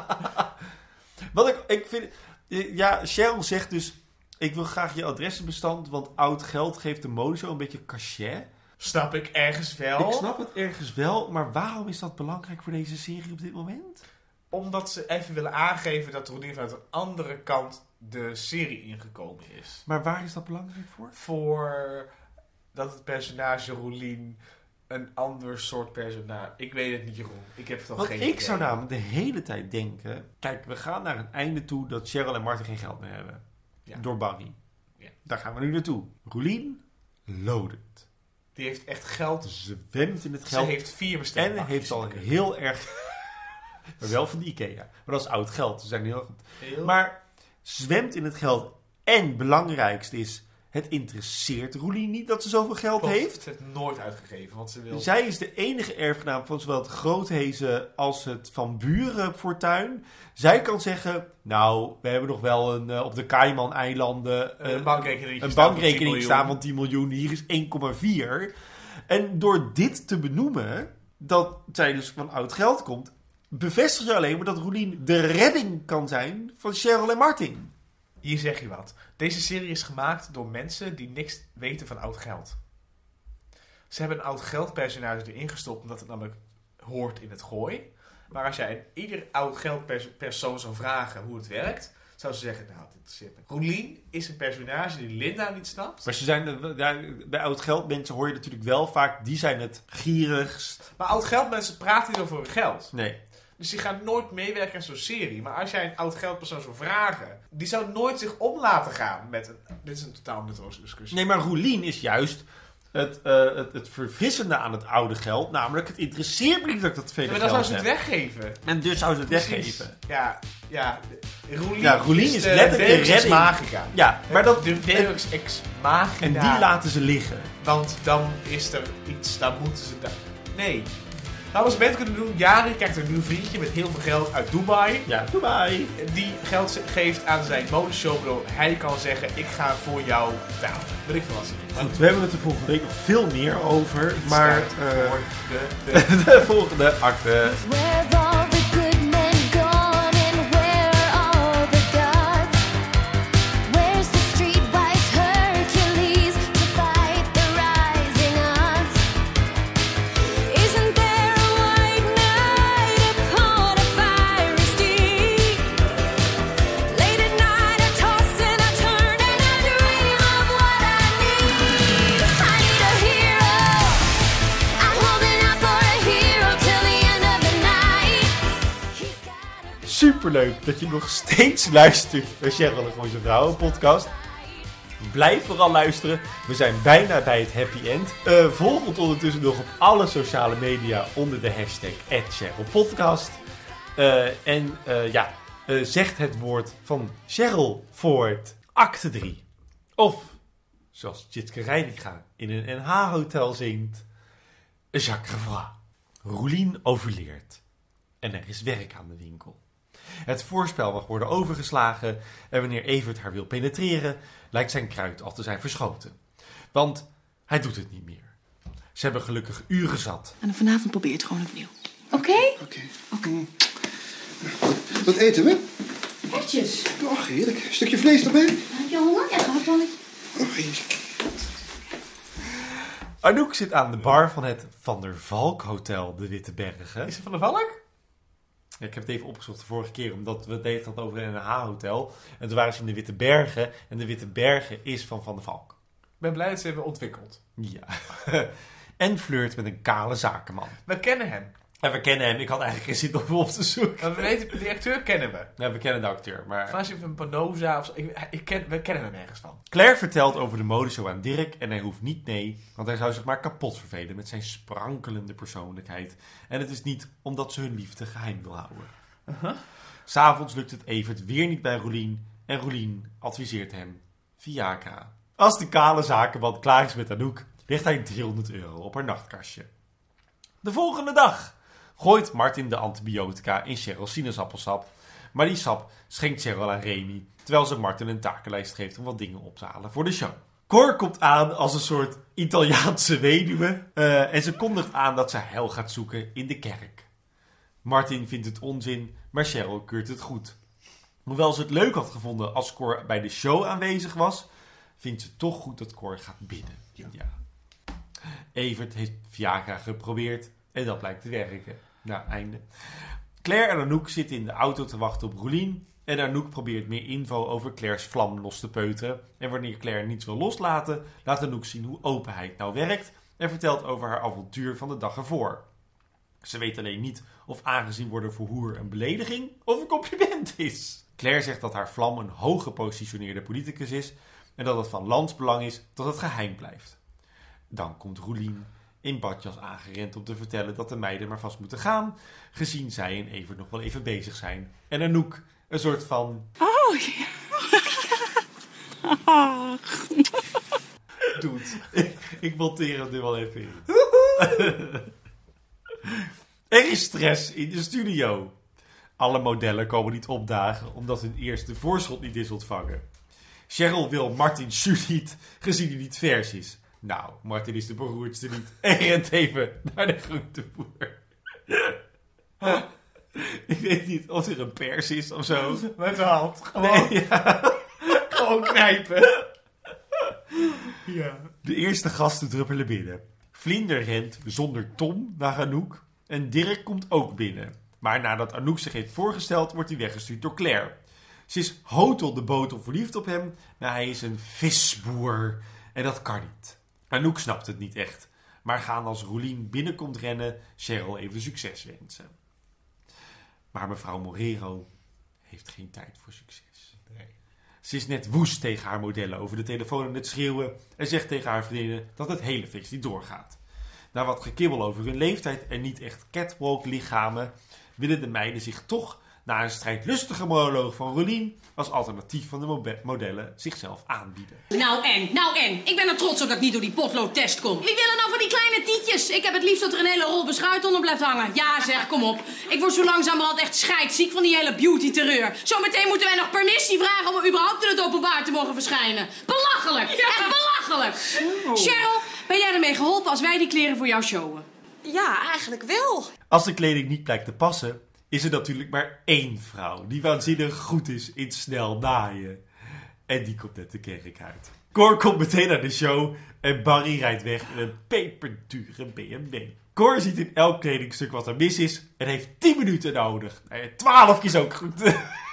Wat ik, ik vind... Ja, Cheryl zegt dus... Ik wil graag je adressenbestand, want oud geld geeft de modeshow een beetje cachet. Snap ik ergens wel. Ik snap het ergens wel, maar waarom is dat belangrijk voor deze serie op dit moment? Omdat ze even willen aangeven dat Roelien vanuit een andere kant de serie ingekomen is. Maar waar is dat belangrijk voor? Voor dat het personage Roelien een ander soort personage... Ik weet het niet, Jeroen. Ik heb toch Want geen ik idee. zou namelijk de hele tijd denken... Kijk, we gaan naar een einde toe dat Cheryl en Martin geen geld meer hebben. Ja. Door Barry. Ja. Daar gaan we nu naartoe. Roelien, loaded. Die heeft echt geld. Zwemt in het Ze geld. heeft vier En bestemmen. heeft al heel erg... maar wel van de Ikea. Maar dat is oud geld. Ze zijn heel goed. Heel... Maar zwemt in het geld. En belangrijkste is... Het interesseert Roelien niet dat ze zoveel geld Klopt, heeft. Ze heeft het nooit uitgegeven, want ze wil... Zij is de enige erfgenaam van zowel het Groothezen als het Van Buren fortuin. Zij kan zeggen, nou, we hebben nog wel een, uh, op de Cayman-eilanden uh, Een bankrekening een staan bankrekening van tien staan van tien miljoen. Hier is één komma vier. En door dit te benoemen, dat zij dus van oud geld komt, bevestigt ze alleen maar dat Roelien de redding kan zijn van Cheryl en Martin. Hier zeg je wat. Deze serie is gemaakt door mensen die niks weten van oud geld. Ze hebben een oud geldpersonage erin gestopt omdat het namelijk hoort in het gooi. Maar als jij een ieder oud geldpersoon zou vragen hoe het werkt, zou ze zeggen, nou, dit interesseert me. Roelien is een personage die Linda niet snapt. Maar ze zijn, bij oud geld mensen hoor je natuurlijk wel vaak, die zijn het gierigst. Maar oud geldmensen praten niet over hun geld. Nee. Dus die gaan nooit meewerken aan zo'n serie. Maar als jij een oud geldpersoon zou vragen, die zou nooit zich om laten gaan met een... Dit is een totaal nutteloze discussie. Nee, maar Roelien is juist het, uh, het, het verfrissende aan het oude geld. Namelijk, het interesseert me niet dat ik dat vele Ja, maar dan geld zou ze het heb. weggeven. En dus zou ze het Precies. weggeven. Ja, ja. Roelien, Ja, Roelien is de letterlijk de Deus Ex redding. Magica. Ja, maar dat... De Deus Ex Magica. En die laten ze liggen. Want dan is er iets, dan moeten ze... Da- nee. Nou, als mensen kunnen doen, Jari krijgt een nieuw vriendje met heel veel geld uit Dubai. Ja, Dubai. Die geld geeft aan zijn modeshow, waardoor hij kan zeggen, ik ga voor jou betalen. Weet ik veel wat ze doen. Goed, we hebben het er volgende week nog veel meer over. Maar Tijd uh, voor de, de... de volgende acte. Where've all the good men gone and where are all the gods? Where's the streetwise Hercules to fight the rising odds? Isn't there a white knight upon a fiery steed? Late at night I toss and I turn and I dream of what I need. I need a hero. I'm holding out for a hero till the end of the night. He's got a Superleuk dat je nog steeds luistert naar Cheryl en Gooise Vrouwen podcast. Blijf vooral luisteren. We zijn bijna bij het happy end. Uh, volg ons ondertussen nog op alle sociale media onder de hashtag at CherylPodcast. Uh, en uh, ja, uh, zegt het woord van Cheryl Voort, acte drie. Of, zoals Tjitske Reininga in een N H-hotel zingt, Jacques Revoix. Roelien overleert. En er is werk aan de winkel. Het voorspel mag worden overgeslagen en wanneer Evert haar wil penetreren, lijkt zijn kruid al te zijn verschoten. Want hij doet het niet meer. Ze hebben gelukkig uren zat. En dan vanavond probeer je het gewoon opnieuw. Oké? Oké. Mm. Wat eten we? Ertjes. Och, heerlijk. Een stukje vlees erbij. Heb je honger? Ja, ga maar. Oh, heerlijk. Anouk zit aan de bar van het Van der Valk Hotel de Witte Bergen. Is het van de Valk? Ja, ik heb het even opgezocht de vorige keer, omdat we het deden het over een N H-hotel. En toen waren ze in de Witte Bergen. En de Witte Bergen is van Van der Valk. Ik ben blij dat ze hebben ontwikkeld. Ja. En flirt met een kale zakenman. We kennen hem. En we kennen hem. Ik had eigenlijk geen zin om hem op te zoeken. Want we weten, die acteur kennen we. Ja, we kennen de acteur. Maar... Frans van Panoza of zo. Ik, ik ken, we kennen hem ergens van. Claire vertelt over de modeshow aan Dirk en hij hoeft niet nee, want hij zou zich maar kapot vervelen met zijn sprankelende persoonlijkheid. En het is niet omdat ze hun liefde geheim wil houden. Uh-huh. 'S Avonds lukt het Evert weer niet bij Roelien en Roelien adviseert hem Viagra. Als de kale zakenman klaar is met Anouk, legt hij driehonderd euro op haar nachtkastje. De volgende dag gooit Martin de antibiotica in Cheryl's sinaasappelsap, maar die sap schenkt Cheryl aan Remy, terwijl ze Martin een takenlijst geeft om wat dingen op te halen voor de show. Cor komt aan als een soort Italiaanse weduwe uh, en ze kondigt aan dat ze heil gaat zoeken in de kerk. Martin vindt het onzin, maar Cheryl keurt het goed. Hoewel ze het leuk had gevonden als Cor bij de show aanwezig was, vindt ze toch goed dat Cor gaat bidden. Ja. Ja. Evert heeft Viagra geprobeerd en dat blijkt te werken. Nou, einde. Claire en Anouk zitten in de auto te wachten op Roelien. En Anouk probeert meer info over Claire's vlam los te peuteren. En wanneer Claire niets wil loslaten, laat Anouk zien hoe openheid nou werkt. En vertelt over haar avontuur van de dag ervoor. Ze weet alleen niet of aangezien worden voor hoer een belediging of een compliment is. Claire zegt dat haar vlam een hoog gepositioneerde politicus is. En dat het van landsbelang is dat het geheim blijft. Dan komt Roelien in badjas aangerend om te vertellen dat de meiden maar vast moeten gaan, gezien zij en Evert nog wel even bezig zijn. En Anouk een soort van... Oh, ja. Doet. ik, ik monteer hem er wel even in. Er is stress in de studio. Alle modellen komen niet opdagen omdat hun eerste voorschot niet is ontvangen. Cheryl wil Martin Schuh niet, gezien hij niet vers is. Nou, Martin is de beroerdste niet. En rent even naar de groenteboer. Ik weet niet of er een pers is of zo. Met de hand. Gewoon, Nee, ja. gewoon knijpen. Ja. De eerste gasten druppelen binnen. Vlinder rent zonder Tom naar Anouk. En Dirk komt ook binnen. Maar nadat Anouk zich heeft voorgesteld, wordt hij weggestuurd door Claire. Ze is hotel de botel verliefd op hem, maar hij is een visboer. En dat kan niet. Anouk snapt het niet echt. Maar gaan als Roelien binnenkomt rennen, Cheryl even succes wensen. Maar mevrouw Morero heeft geen tijd voor succes. Nee. Ze is net woest tegen haar modellen over de telefoon aan het schreeuwen en zegt tegen haar vriendinnen dat het hele feest niet doorgaat. Na wat gekibbel over hun leeftijd en niet echt catwalk lichamen, willen de meiden zich toch, na een strijdlustige monoloog van Roelien, als alternatief van de mo- modellen zichzelf aanbieden. Nou en, nou en. Ik ben er trots op dat ik niet door die potloodtest kom. Wie willen nou van die kleine tietjes? Ik heb het liefst dat er een hele rol beschuit onder blijft hangen. Ja zeg, kom op. Ik word zo langzamerhand echt scheidsziek van die hele beauty-terreur. Zometeen moeten wij nog permissie vragen om überhaupt in het openbaar te mogen verschijnen. Belachelijk, ja. Echt belachelijk. Zo. Cheryl, ben jij ermee geholpen als wij die kleren voor jou showen? Ja, eigenlijk wel. Als de kleding niet blijkt te passen, is er natuurlijk maar één vrouw die waanzinnig goed is in snel naaien. En die komt net de kerk uit. Cor komt meteen naar de show en Barry rijdt weg in een peperdure B M W. Cor ziet in elk kledingstuk wat er mis is en heeft tien minuten nodig. twaalf is ook goed.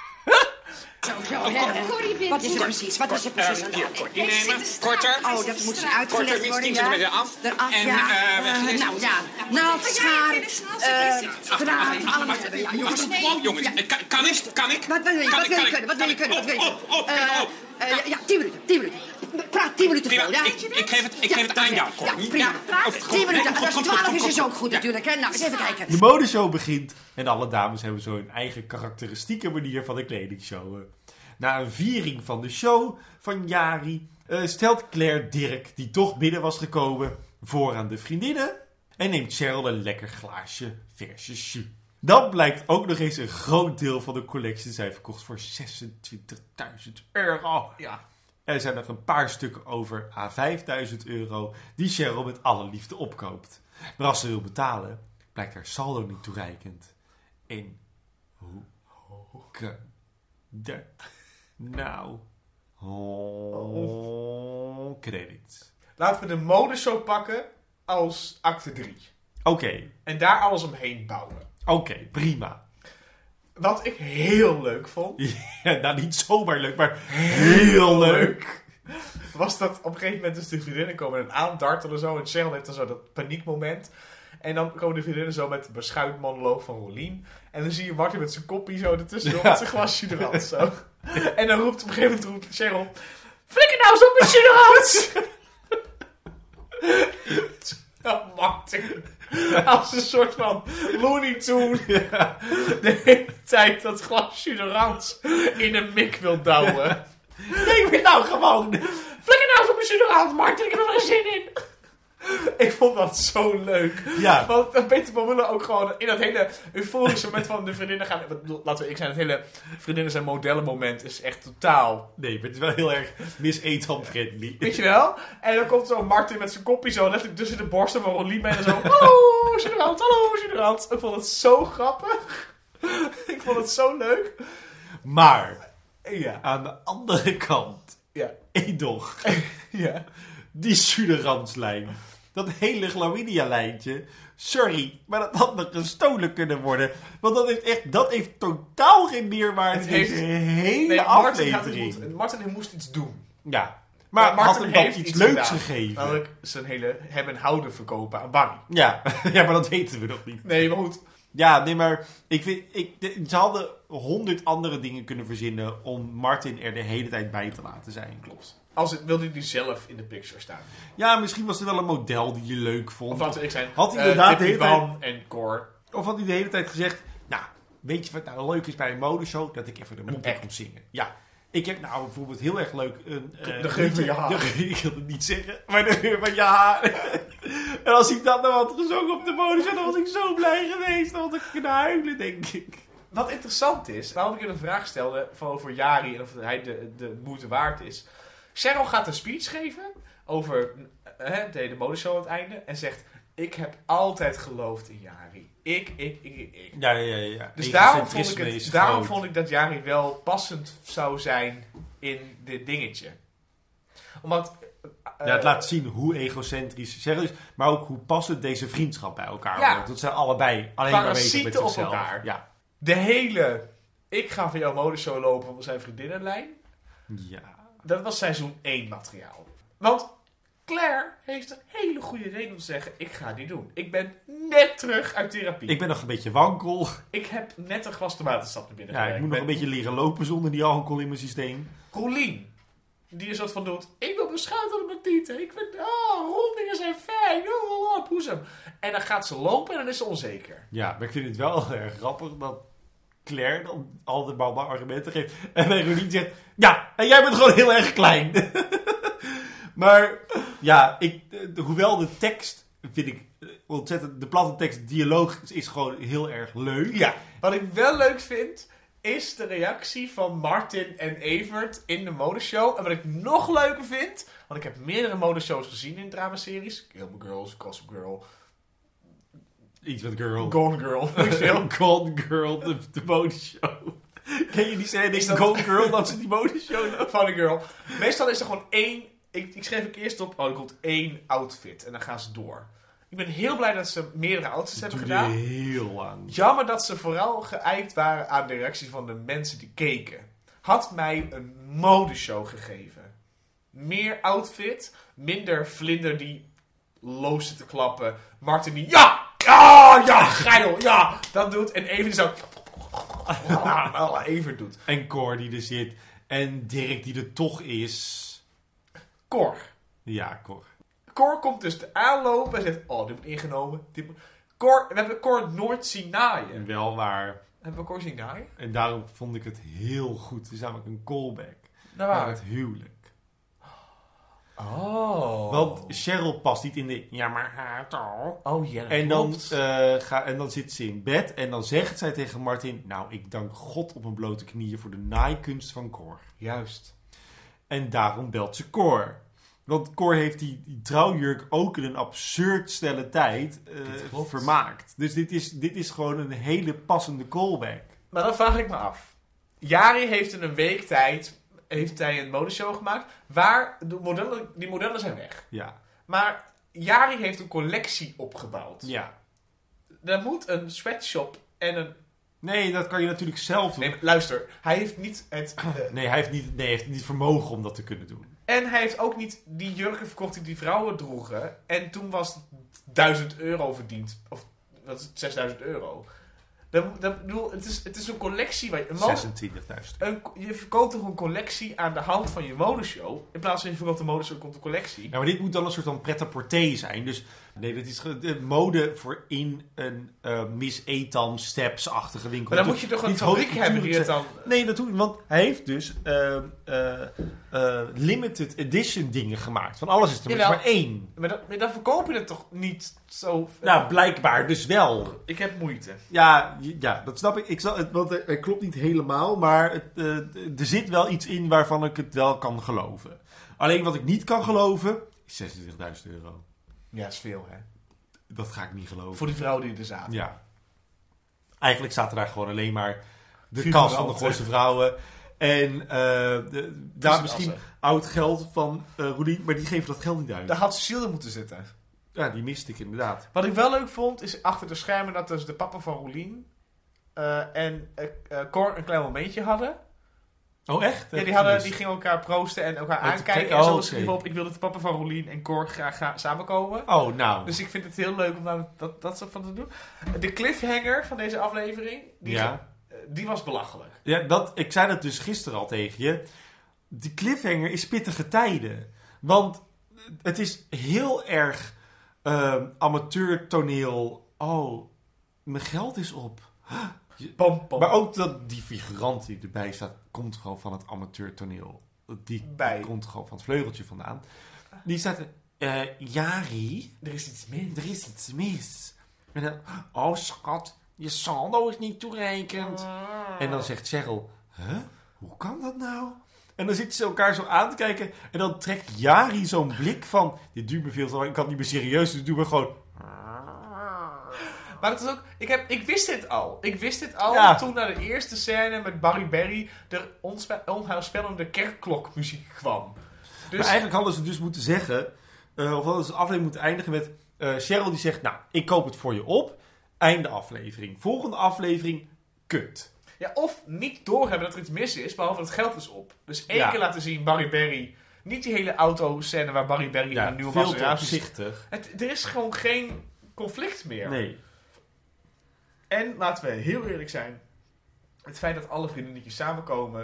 Zo, zo. Wat is er precies? Wat is er precies? Hier, kort innemen. Korter. Oh, dat moet uitgelegd worden, tien ja. centimeter af. Eraf, En, ja. eh, Eh, nou, ja. Naald, schaar, eh, draad, allemaal hebben. Ja, jongens. Jongens, Ja. kan, kan ik? Kan ik? Wat wil je? Kan Wat ik, wil kan je ik? kunnen? Wat wil je kunnen? Wat wil je Oh, oh, oh, kunnen? oh, Eh, eh, ja, tien minuten. Tien minuten. Praat tien minuten Prima, vol, ja? ik, ik geef het, ik geef het aan jou, Cor. Ja, prima. Oh, goed. Tien minuten. Nee, Als goed, het goed, twaalf goed, is, goed, is ook goed. goed Ja. natuurlijk. Hè? Nou, eens even kijken. De modeshow begint en alle dames hebben zo hun eigen karakteristieke manier van de kledingshow. Na een viering van de show van Jari uh, stelt Claire Dirk, die toch binnen was gekomen, voor aan de vriendinnen en neemt Cheryl een lekker glaasje verse jus. Dan blijkt ook nog eens een groot deel van de collectie te zijn verkocht voor zesentwintigduizend euro. Ja. Er zijn nog een paar stukken over à vijfduizend euro die Cheryl met alle liefde opkoopt. Maar als ze wil betalen, blijkt haar saldo niet toereikend. En hoe kan dat nou? Oh, credits. Laten we de modeshow pakken als acte drie. Oké, okay. En daar alles omheen bouwen. Oké, okay, prima. Wat ik heel leuk vond. Ja, nou, niet zomaar leuk, maar heel leuk. Was dat op een gegeven moment dus de vriendinnen komen en aandartelen zo. En Cheryl heeft dan zo dat paniekmoment. En dan komen de vriendinnen zo met de beschuitmonoloog van Rolien. En dan zie je Martin met zijn koppie zo ertussen Ja. met zijn glas Juderans zo. En dan roept op een gegeven moment roept Cheryl... Flikker nou zo met Juderans! Ja, Martin. Als een soort van Looney Tunes. Ja. De hele tijd dat glas Juderans in een mik wil douwen. Ik ben nou gewoon... Flikker nou zo met Juderans, Martin. Ik heb er geen zin in. Ik vond dat zo leuk. Ja. Want Peter van Mullen ook gewoon in dat hele euforische moment van de vriendinnen gaan... Laten we ik zijn, het hele vriendinnen zijn modellen moment is echt totaal... Nee, maar het is wel heel erg Miss Eetham friendly. Weet je wel? En dan komt zo Martin met zijn koppie zo letterlijk tussen de borsten van Rolien mee en zo... Hallo, Juderand, hallo, Juderand. Ik vond het zo grappig. Ik vond het zo leuk. Maar, Ja. aan de andere kant, Ja. Edoch, Ja. die Suderandslijn, dat hele Glamidia-lijntje, sorry, maar dat had nog gestolen kunnen worden. Want dat heeft echt, dat heeft totaal geen meerwaarde Het in heeft- deze hele Nee, Martin, had aflevering. het moet- Martin moest iets doen. Ja, maar Maar had hem dan heeft iets iets leuks gedaan. gegeven. Namelijk zijn hele hebben en houden verkopen aan Barry. Ja. ja, maar dat weten we nog niet. Nee, maar goed. Ja, nee, maar ik vind, ik, de- ze hadden honderd andere dingen kunnen verzinnen om Martin er de hele tijd bij te laten zijn. Klopt. Als het, wilde hij zelf in de picture staan. Ja, misschien was er wel een model die je leuk vond. Of laten we zijn. Had hij eh, inderdaad de Tippy hele tijd- Van en Cor. Of had hij de hele tijd gezegd, nou, weet je wat nou leuk is bij een modeshow? Dat ik even de mopje act. kom zingen. Ja. Ik heb nou bijvoorbeeld heel erg leuk een... eh, De geur van je haar. de geur- Ik wil het niet zeggen, maar de geur van je haar. En als ik dat nou had gezongen op de modeshow, dan was ik zo blij geweest. Dan had ik kunnen huilen, denk ik. Wat interessant is, waarom ik je een vraag stelde van over Jari en of hij de, de moeite waard is. Cheryl gaat een speech geven over eh, de hele modeshow aan het einde en zegt: ik heb altijd geloofd in Jari. Ik, ik, ik, ik, ik. Ja, ja, ja. ja. Dus daarom vond, ik Egocentrisme het, is daarom groot. vond ik dat Jari wel passend zou zijn in dit dingetje. Omdat... eh, Ja, het laat zien hoe egocentrisch Cheryl is, maar ook hoe passend deze vriendschap bij elkaar Ja. wordt. Dat zijn allebei alleen maar bezig met parasieten op zichzelf. elkaar. Ja. De hele... Ik ga voor jouw modeshow lopen, we zijn vriendinnenlijn. Ja. Dat was seizoen één materiaal. Want Claire heeft een hele goede reden om te zeggen: ik ga die doen. Ik ben net terug uit therapie. Ik ben nog een beetje wankel. Ik heb net een glas tomatensap naar binnen Ja, ik gewerkt. moet nog een Met beetje leren lopen zonder die alcohol in mijn systeem. Rolien. Die een soort van doet: ik wil beschuiten op mijn tieten. Ik vind, oh, rondingen zijn fijn. Oh, oh, poesem. En dan gaat ze lopen en dan is ze onzeker. Ja, maar ik vind het wel heel erg grappig dat Claire dan al de mama argumenten geeft. En bij Rolien zegt, ja, en jij bent gewoon heel erg klein. Maar ja, ik, eh, hoewel de tekst vind ik eh, ontzettend, de platte tekst dialoog is gewoon heel erg leuk. Ja, wat ik wel leuk vind, is de reactie van Martin en Evert in de modeshow. En wat ik nog leuker vind, want ik heb meerdere modeshows gezien in dramaseries. Gilmore Girls, Gossip Girl, Iets met girl. Gone Girl. weet je wel. Gone Girl, de, de modeshow. Ken je die scène Is in dat- Gone Girl dat ze die modeshow loopt? Funny Girl. Meestal is er gewoon één, ik, ik schreef ik eerst op, oh er komt één outfit en dan gaan ze door. Ik ben heel blij dat ze meerdere outfits hebben duurde gedaan. heel lang. Jammer dat ze vooral geëikt waren aan de reacties van de mensen die keken. Had mij een modeshow gegeven. Meer outfit, minder vlinder die loos zit te klappen. Martin die, ja, ja, ja, geil, ja, dat doet. En even zo, even doet. En Cor die er zit. En Dirk die er toch is. Cor. Ja, Cor. Cor komt dus te aanlopen en zegt, oh, dit moet ingenomen. Dit moet... Cor, we hebben Cor nooit zien naaien. Wel waar. Hebben we Cor zien naaien? En daarom vond ik het heel goed. Het is namelijk een callback Naar naar waar? het huwelijk. Oh. Want Cheryl past niet in de... Ja, maar haar toch? Oh ja, dat En dan, klopt. eh, ga, en dan zit ze in bed en dan zegt zij tegen Martin... Nou, ik dank God op mijn blote knieën voor de naaikunst van Cor. Juist. En daarom belt ze Cor. Want Cor heeft die, die trouwjurk ook in een absurd snelle tijd eh, Dit klopt. vermaakt. Dus dit is, dit is gewoon een hele passende callback. Maar dan vraag ik me af. Jari heeft in een week tijd heeft hij een modeshow gemaakt waar de modellen, die modellen zijn weg. Ja. Maar Jari heeft een collectie opgebouwd. Ja. Er moet een sweatshop en een Nee, dat kan je natuurlijk zelf doen. Nee, maar luister. Hij heeft niet het... Uh, nee, hij heeft niet, nee, hij heeft niet vermogen om dat te kunnen doen. En hij heeft ook niet die jurken verkocht die die vrouwen droegen. En toen was het duizend euro verdiend. Of wat is het, zesduizend euro. Dan, dan, bedoel, het, is, het is een collectie. Waar je, een man, zesentwintigduizend. Een, je verkoopt toch een collectie aan de hand van je modeshow. In plaats van je verkoopt een modeshow, komt een collectie. Ja, maar dit moet dan een soort van pret-à-porter zijn. Dus nee, dat is ge- de mode voor in een uh, Miss Etam Steps-achtige winkel. Maar dan dat moet je toch een niet fabriek hoog- hebben die het dan... Nee, dat doet niet. Want hij heeft dus uh, uh, uh, limited edition dingen gemaakt. Van alles is er Jawel. maar één. Maar dan, maar dan verkoop je het toch niet zo... Nou, blijkbaar dus wel. Ik heb moeite. Ja, ja, dat snap ik. ik snap het, want het, het klopt niet helemaal, maar het, uh, er zit wel iets in waarvan ik het wel kan geloven. Alleen wat ik niet kan geloven, is zesentwintigduizend euro. Ja, is veel, hè? Dat ga ik niet geloven. Voor die vrouw die er zaten. Ja. Eigenlijk zaten daar gewoon alleen maar de Vier kast van de vrouwen. Gooise vrouwen. En uh, de, daar misschien assen. oud geld van uh, Roelien, maar die geven dat geld niet uit. Daar had Cecile moeten zitten. Ja, die miste ik inderdaad. Wat ik wel leuk vond, is achter de schermen dat dus de papa van Roelien uh, en uh, uh, Cor een klein momentje hadden. Oh, echt? Ja, die, hadden, die gingen elkaar proosten en elkaar Wat- aankijken. kijk, En zo oh, was het oké. op, ik wil dat de papa van Roelien en Cor graag ga, samenkomen. Oh, nou. Dus ik vind het heel leuk om daar dat, dat soort van te doen. De cliffhanger van deze aflevering, die, Ja. uh, die was belachelijk. Ja, dat, ik zei dat dus gisteren al tegen je. Die cliffhanger is pittige tijden. Want het is heel erg uh, amateurtoneel. Oh, mijn geld is op. Pom, pom. Maar ook dat die figurant die erbij staat, komt gewoon van het amateurtoneel. Die Bij. komt gewoon van het vleugeltje vandaan. Die staat er, uh, Jari, Er is iets mis. er is iets mis. En dan, oh schat, je saldo is niet toereikend. En dan zegt Cheryl, huh? Hoe kan dat nou? En dan zitten ze elkaar zo aan te kijken. En dan trekt Jari zo'n blik van, dit duurt me veel te lang, ik kan het niet meer serieus, dus doe me gewoon... Maar het is ook, ik, heb, ik wist dit al. Ik wist dit al Ja. toen naar de eerste scène met Barry Berry de onspe- onheilspellende kerkklokmuziek kwam. Dus Maar eigenlijk hadden ze dus moeten zeggen, uh, of hadden ze de aflevering moeten eindigen met uh, Cheryl die zegt, nou, ik koop het voor je op. Einde aflevering. Volgende aflevering, kut. ja, of niet doorhebben dat er iets mis is, behalve dat het geld is op. Dus één Ja. keer laten zien Barry Berry. Niet die hele auto-scène waar Barry Berry in Ja, een nieuwe veel te Maserati zit. opzichtig. Het, er is gewoon geen conflict meer. Nee. En laten we heel eerlijk zijn. Het feit dat alle vriendinnetjes samenkomen.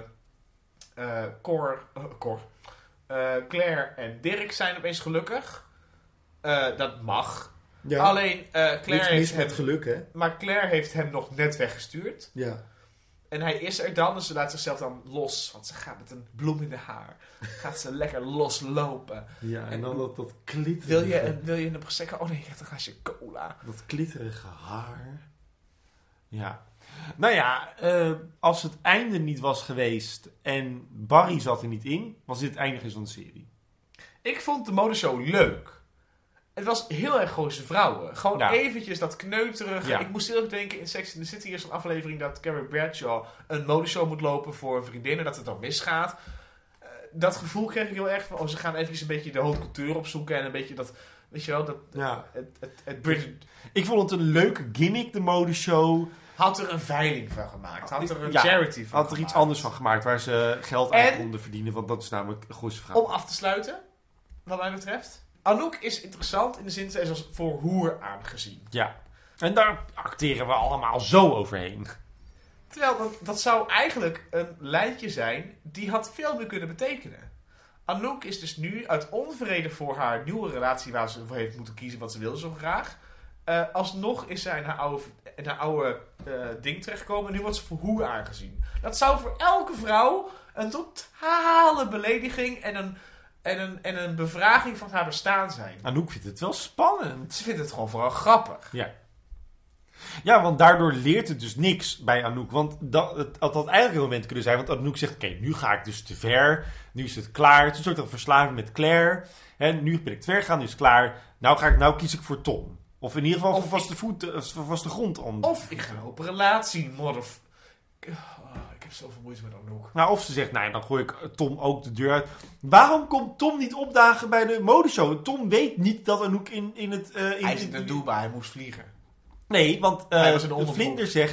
eh Cor, uh, Cor uh, Claire en Dirk zijn opeens gelukkig. Uh, dat mag. Ja. Alleen uh, Claire Niks heeft mis hem, met geluk, hè? maar Claire heeft hem nog net weggestuurd. Ja. En hij is er dan, dus ze laat zichzelf dan los. Want ze gaat met een bloem in de haar. Gaat ze lekker loslopen. Ja, en dan dat, dat klitterige... Wil je een, wil je een prosecco? Oh nee, je krijgt een glaasje cola. Dat klitterige haar. Ja. Nou ja, uh, als het einde niet was geweest en Barry zat er niet in, was dit het einde geweest van de serie. Ik vond de modeshow leuk. Het was heel erg Gooise Vrouwen. Gewoon Ja. eventjes dat kneuterige. Ja. Ik moest heel erg denken in Sex and the City is een aflevering dat Carrie Bradshaw een modeshow moet lopen voor een vriendin en dat het dan misgaat. Uh, dat gevoel kreeg ik heel erg van, oh, ze gaan eventjes een beetje de haute couture opzoeken en een beetje dat, weet je wel, dat, Ja. het, het, het British... Ik vond het een leuke gimmick, de modeshow. Had er een veiling van gemaakt. Had er een Ja, charity van Had er iets gemaakt. anders van gemaakt waar ze geld aan En- konden verdienen, want dat is namelijk een goede vraag. Om af te sluiten, wat mij betreft. Anouk is interessant in de zin, zij is als voor hoer aangezien. Ja. En daar acteren we allemaal zo overheen. Terwijl dat, dat zou eigenlijk een lijntje zijn die had veel meer kunnen betekenen. Anouk is dus nu uit onvrede voor haar nieuwe relatie waar ze voor heeft moeten kiezen wat ze wilde zo graag. Uh, alsnog is zij in haar oude, in haar oude uh, ding terechtgekomen en nu wordt ze voor hoer aangezien. Dat zou voor elke vrouw een totale belediging en een, en een, en een bevraging van haar bestaan zijn. Anouk vindt het wel spannend. Ze vindt het gewoon vooral grappig. Ja. Ja, want daardoor leert het dus niks bij Anouk. Want dat, het had dat eigenlijk een moment kunnen zijn. Want Anouk zegt, oké, okay, nu ga ik dus te ver. Nu is het klaar. Het is een soort van verslaving met Claire. En nu ben ik te ver gegaan, nu is het klaar. Nou, ga ik, nou kies ik voor Tom. Of in ieder geval voor vaste, voet, uh, voor vaste grond. Om... Of ik ga op een relatie, modder. Oh, ik heb zoveel moeite met Anouk. Nou, of ze zegt, nou, dan gooi ik Tom ook de deur uit. Waarom komt Tom niet opdagen bij de modeshow? Tom weet niet dat Anouk in, in het... Uh, in, hij is in, in de Dubai, hij moest vliegen. Nee, want uh, Hij was in de de onderbroek. Vlinder zegt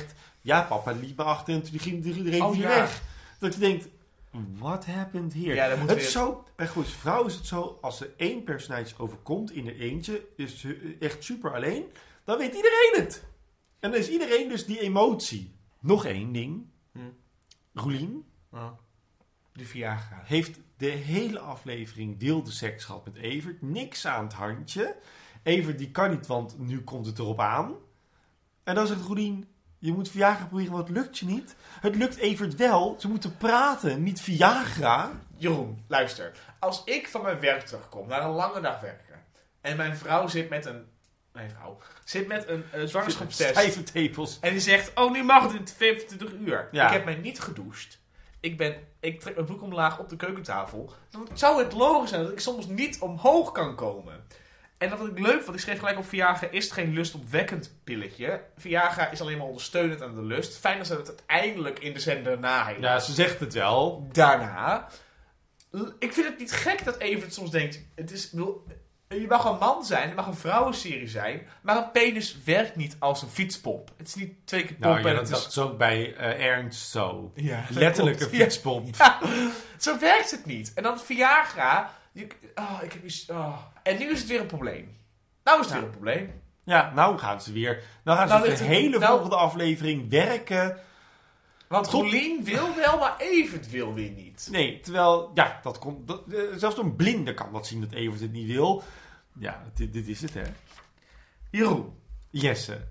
Ja, papa liep me achter en toen ging die reed Oh, hij ja. weg. Dat je denkt, what happened here? Ja, dat moet het weer- is zo, bij Gooise Vrouw is het zo, als er één personage overkomt in er eentje, is ze echt super alleen, dan weet iedereen het. En dan is iedereen dus die emotie. Nog één ding. Hm. Roelien Oh. De Viagra. heeft de hele aflevering wilde seks gehad met Evert. Niks aan het handje. Evert die kan niet, want nu komt het erop aan. En dan zegt Roelien, je moet Viagra proberen, want het lukt je niet. Het lukt Evert wel. Ze moeten praten, niet Viagra. Jeroen, luister. Als ik van mijn werk terugkom, na een lange dag werken, en mijn vrouw zit met een... Mijn vrouw zit met een uh, zwangerschapstest. Stijve tepels. En die zegt, oh, nu mag het in vijfentwintig uur. Ja. Ik heb mij niet gedoucht. Ik, ben, ik trek mijn broek omlaag op de keukentafel. Dan zou het logisch zijn dat ik soms niet omhoog kan komen. En dat vond ik leuk, want ik schreef gelijk op Viagra is het geen lustopwekkend pilletje. Viagra is alleen maar ondersteunend aan de lust. Fijn dat ze het uiteindelijk in de zender na heeft. Ja, ze zegt het wel. Daarna. L- Ik vind het niet gek dat Evert soms denkt, het is... ik bedoel, je mag een man zijn, het mag een vrouwenserie zijn, maar een penis werkt niet als een fietspomp. Het is niet twee keer pompen Nou ja, en dat, het is... dat is ook bij uh, Ernst zo. Ja, dat Letterlijk klopt. een fietspomp. Ja, zo werkt het niet. En dan Viagra. Je, oh, ik heb iets, oh. En nu is het weer een probleem. Nou is het Ja. weer een probleem. Ja, nou gaan ze weer. Nou gaan ze Nou de ligt het- hele nou- volgende aflevering werken. Want Tot- Roelien wil wel, maar Evert wil weer niet. Nee, terwijl, ja, dat komt. Dat, eh, zelfs een blinde kan dat zien dat Evert het niet wil. Ja, dit, dit is het, hè? Jeroen, Jesse.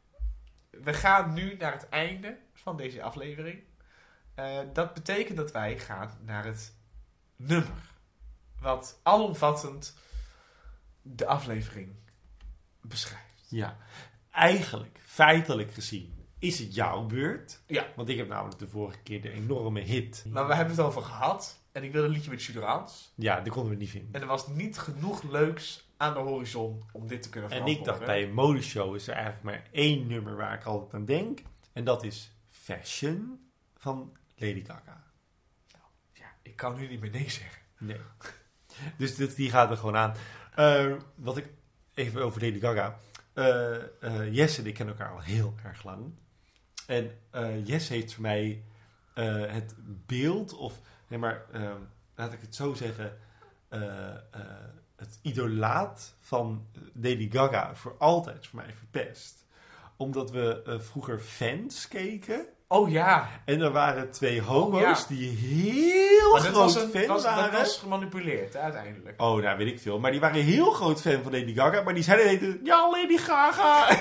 we gaan nu naar het einde van deze aflevering. Eh, dat betekent dat wij gaan naar het nummer. Wat alomvattend de aflevering beschrijft. Ja, eigenlijk, feitelijk gezien, is het jouw beurt. Ja. Want ik heb namelijk de vorige keer de enorme hit. Maar we hebben het over gehad. En ik wilde een liedje met Juderans. Ja, die konden we niet vinden. En er was niet genoeg leuks aan de horizon om dit te kunnen En verantwoorden. ik dacht, bij een modeshow is er eigenlijk maar één nummer waar ik altijd aan denk. En dat is Fashion van Lady Gaga. Ja, ik kan nu niet meer nee zeggen. Nee. Dus dit, die gaat er gewoon aan. Uh, wat ik even over Lady Gaga. Uh, uh, Jesse en ik kennen elkaar al heel erg lang. En uh, Jesse heeft voor mij uh, het beeld, of nee maar, uh, laat ik het zo zeggen, uh, uh, het idolaat van Lady Gaga voor altijd voor mij verpest. Omdat we uh, vroeger Fans keken. Oh ja. En er waren twee homo's Oh, ja. die heel Maar dat groot was een, fan was, waren. dat was gemanipuleerd, hè, uiteindelijk. Oh, nou weet ik veel. Maar die waren heel groot fan van Lady Gaga. Maar die zeiden hele tijd, ja, Lady Gaga.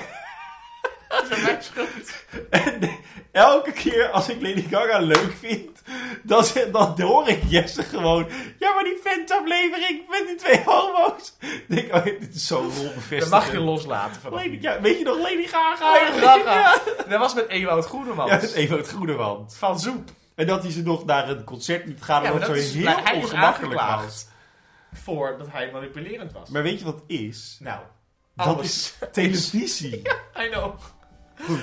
Dat is mijn schuld. En elke keer als ik Lady Gaga leuk vind, dan, zeg- dan hoor ik Jesse gewoon, ja, maar die fansaflevering met die twee homo's. Ik denk, oh, dit is zo'n rolbevestiging. Dat mag je loslaten vanaf Lady, nu. ja, weet je nog Lady Gaga? Lady Gaga. Ja. Dat was met Ewout Groenemans. Ja, dat is even het goede wand. Van Zoep. En dat hij ze nog naar een concert niet gaan, Ja, omdat maar het dat zo is, heel hij is ongemakkelijk aangeklaagd was. voor dat hij manipulerend was. Maar weet je wat het is? Nou, Dat alles. is televisie. I know. Goed.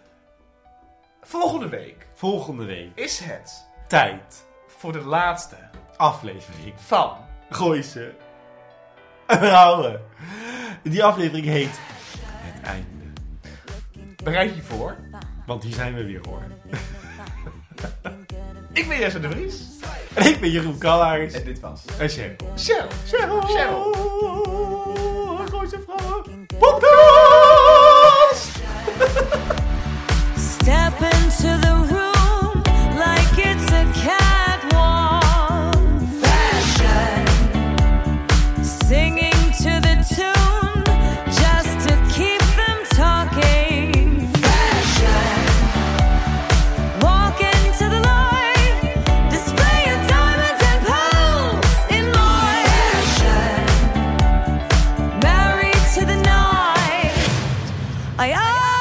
Volgende week Volgende week. is het Tijd. voor de laatste Aflevering. van... Gooise. Vrouwen. Die aflevering heet Het Einde. Bereid je voor. Want hier zijn we weer hoor. Ik ben Jesse de Vries. En ik ben Jeroen Kallaars. En dit was... En Cheryl. Cheryl. Cheryl. Cheryl. Gooise Vrouwen. Podcast! Step into the room like it's a catwalk. Fashion. Singing to the tune just to keep them talking. Fashion. Walk into the light, display your diamonds and pearls in my fashion. Married to the night. I. I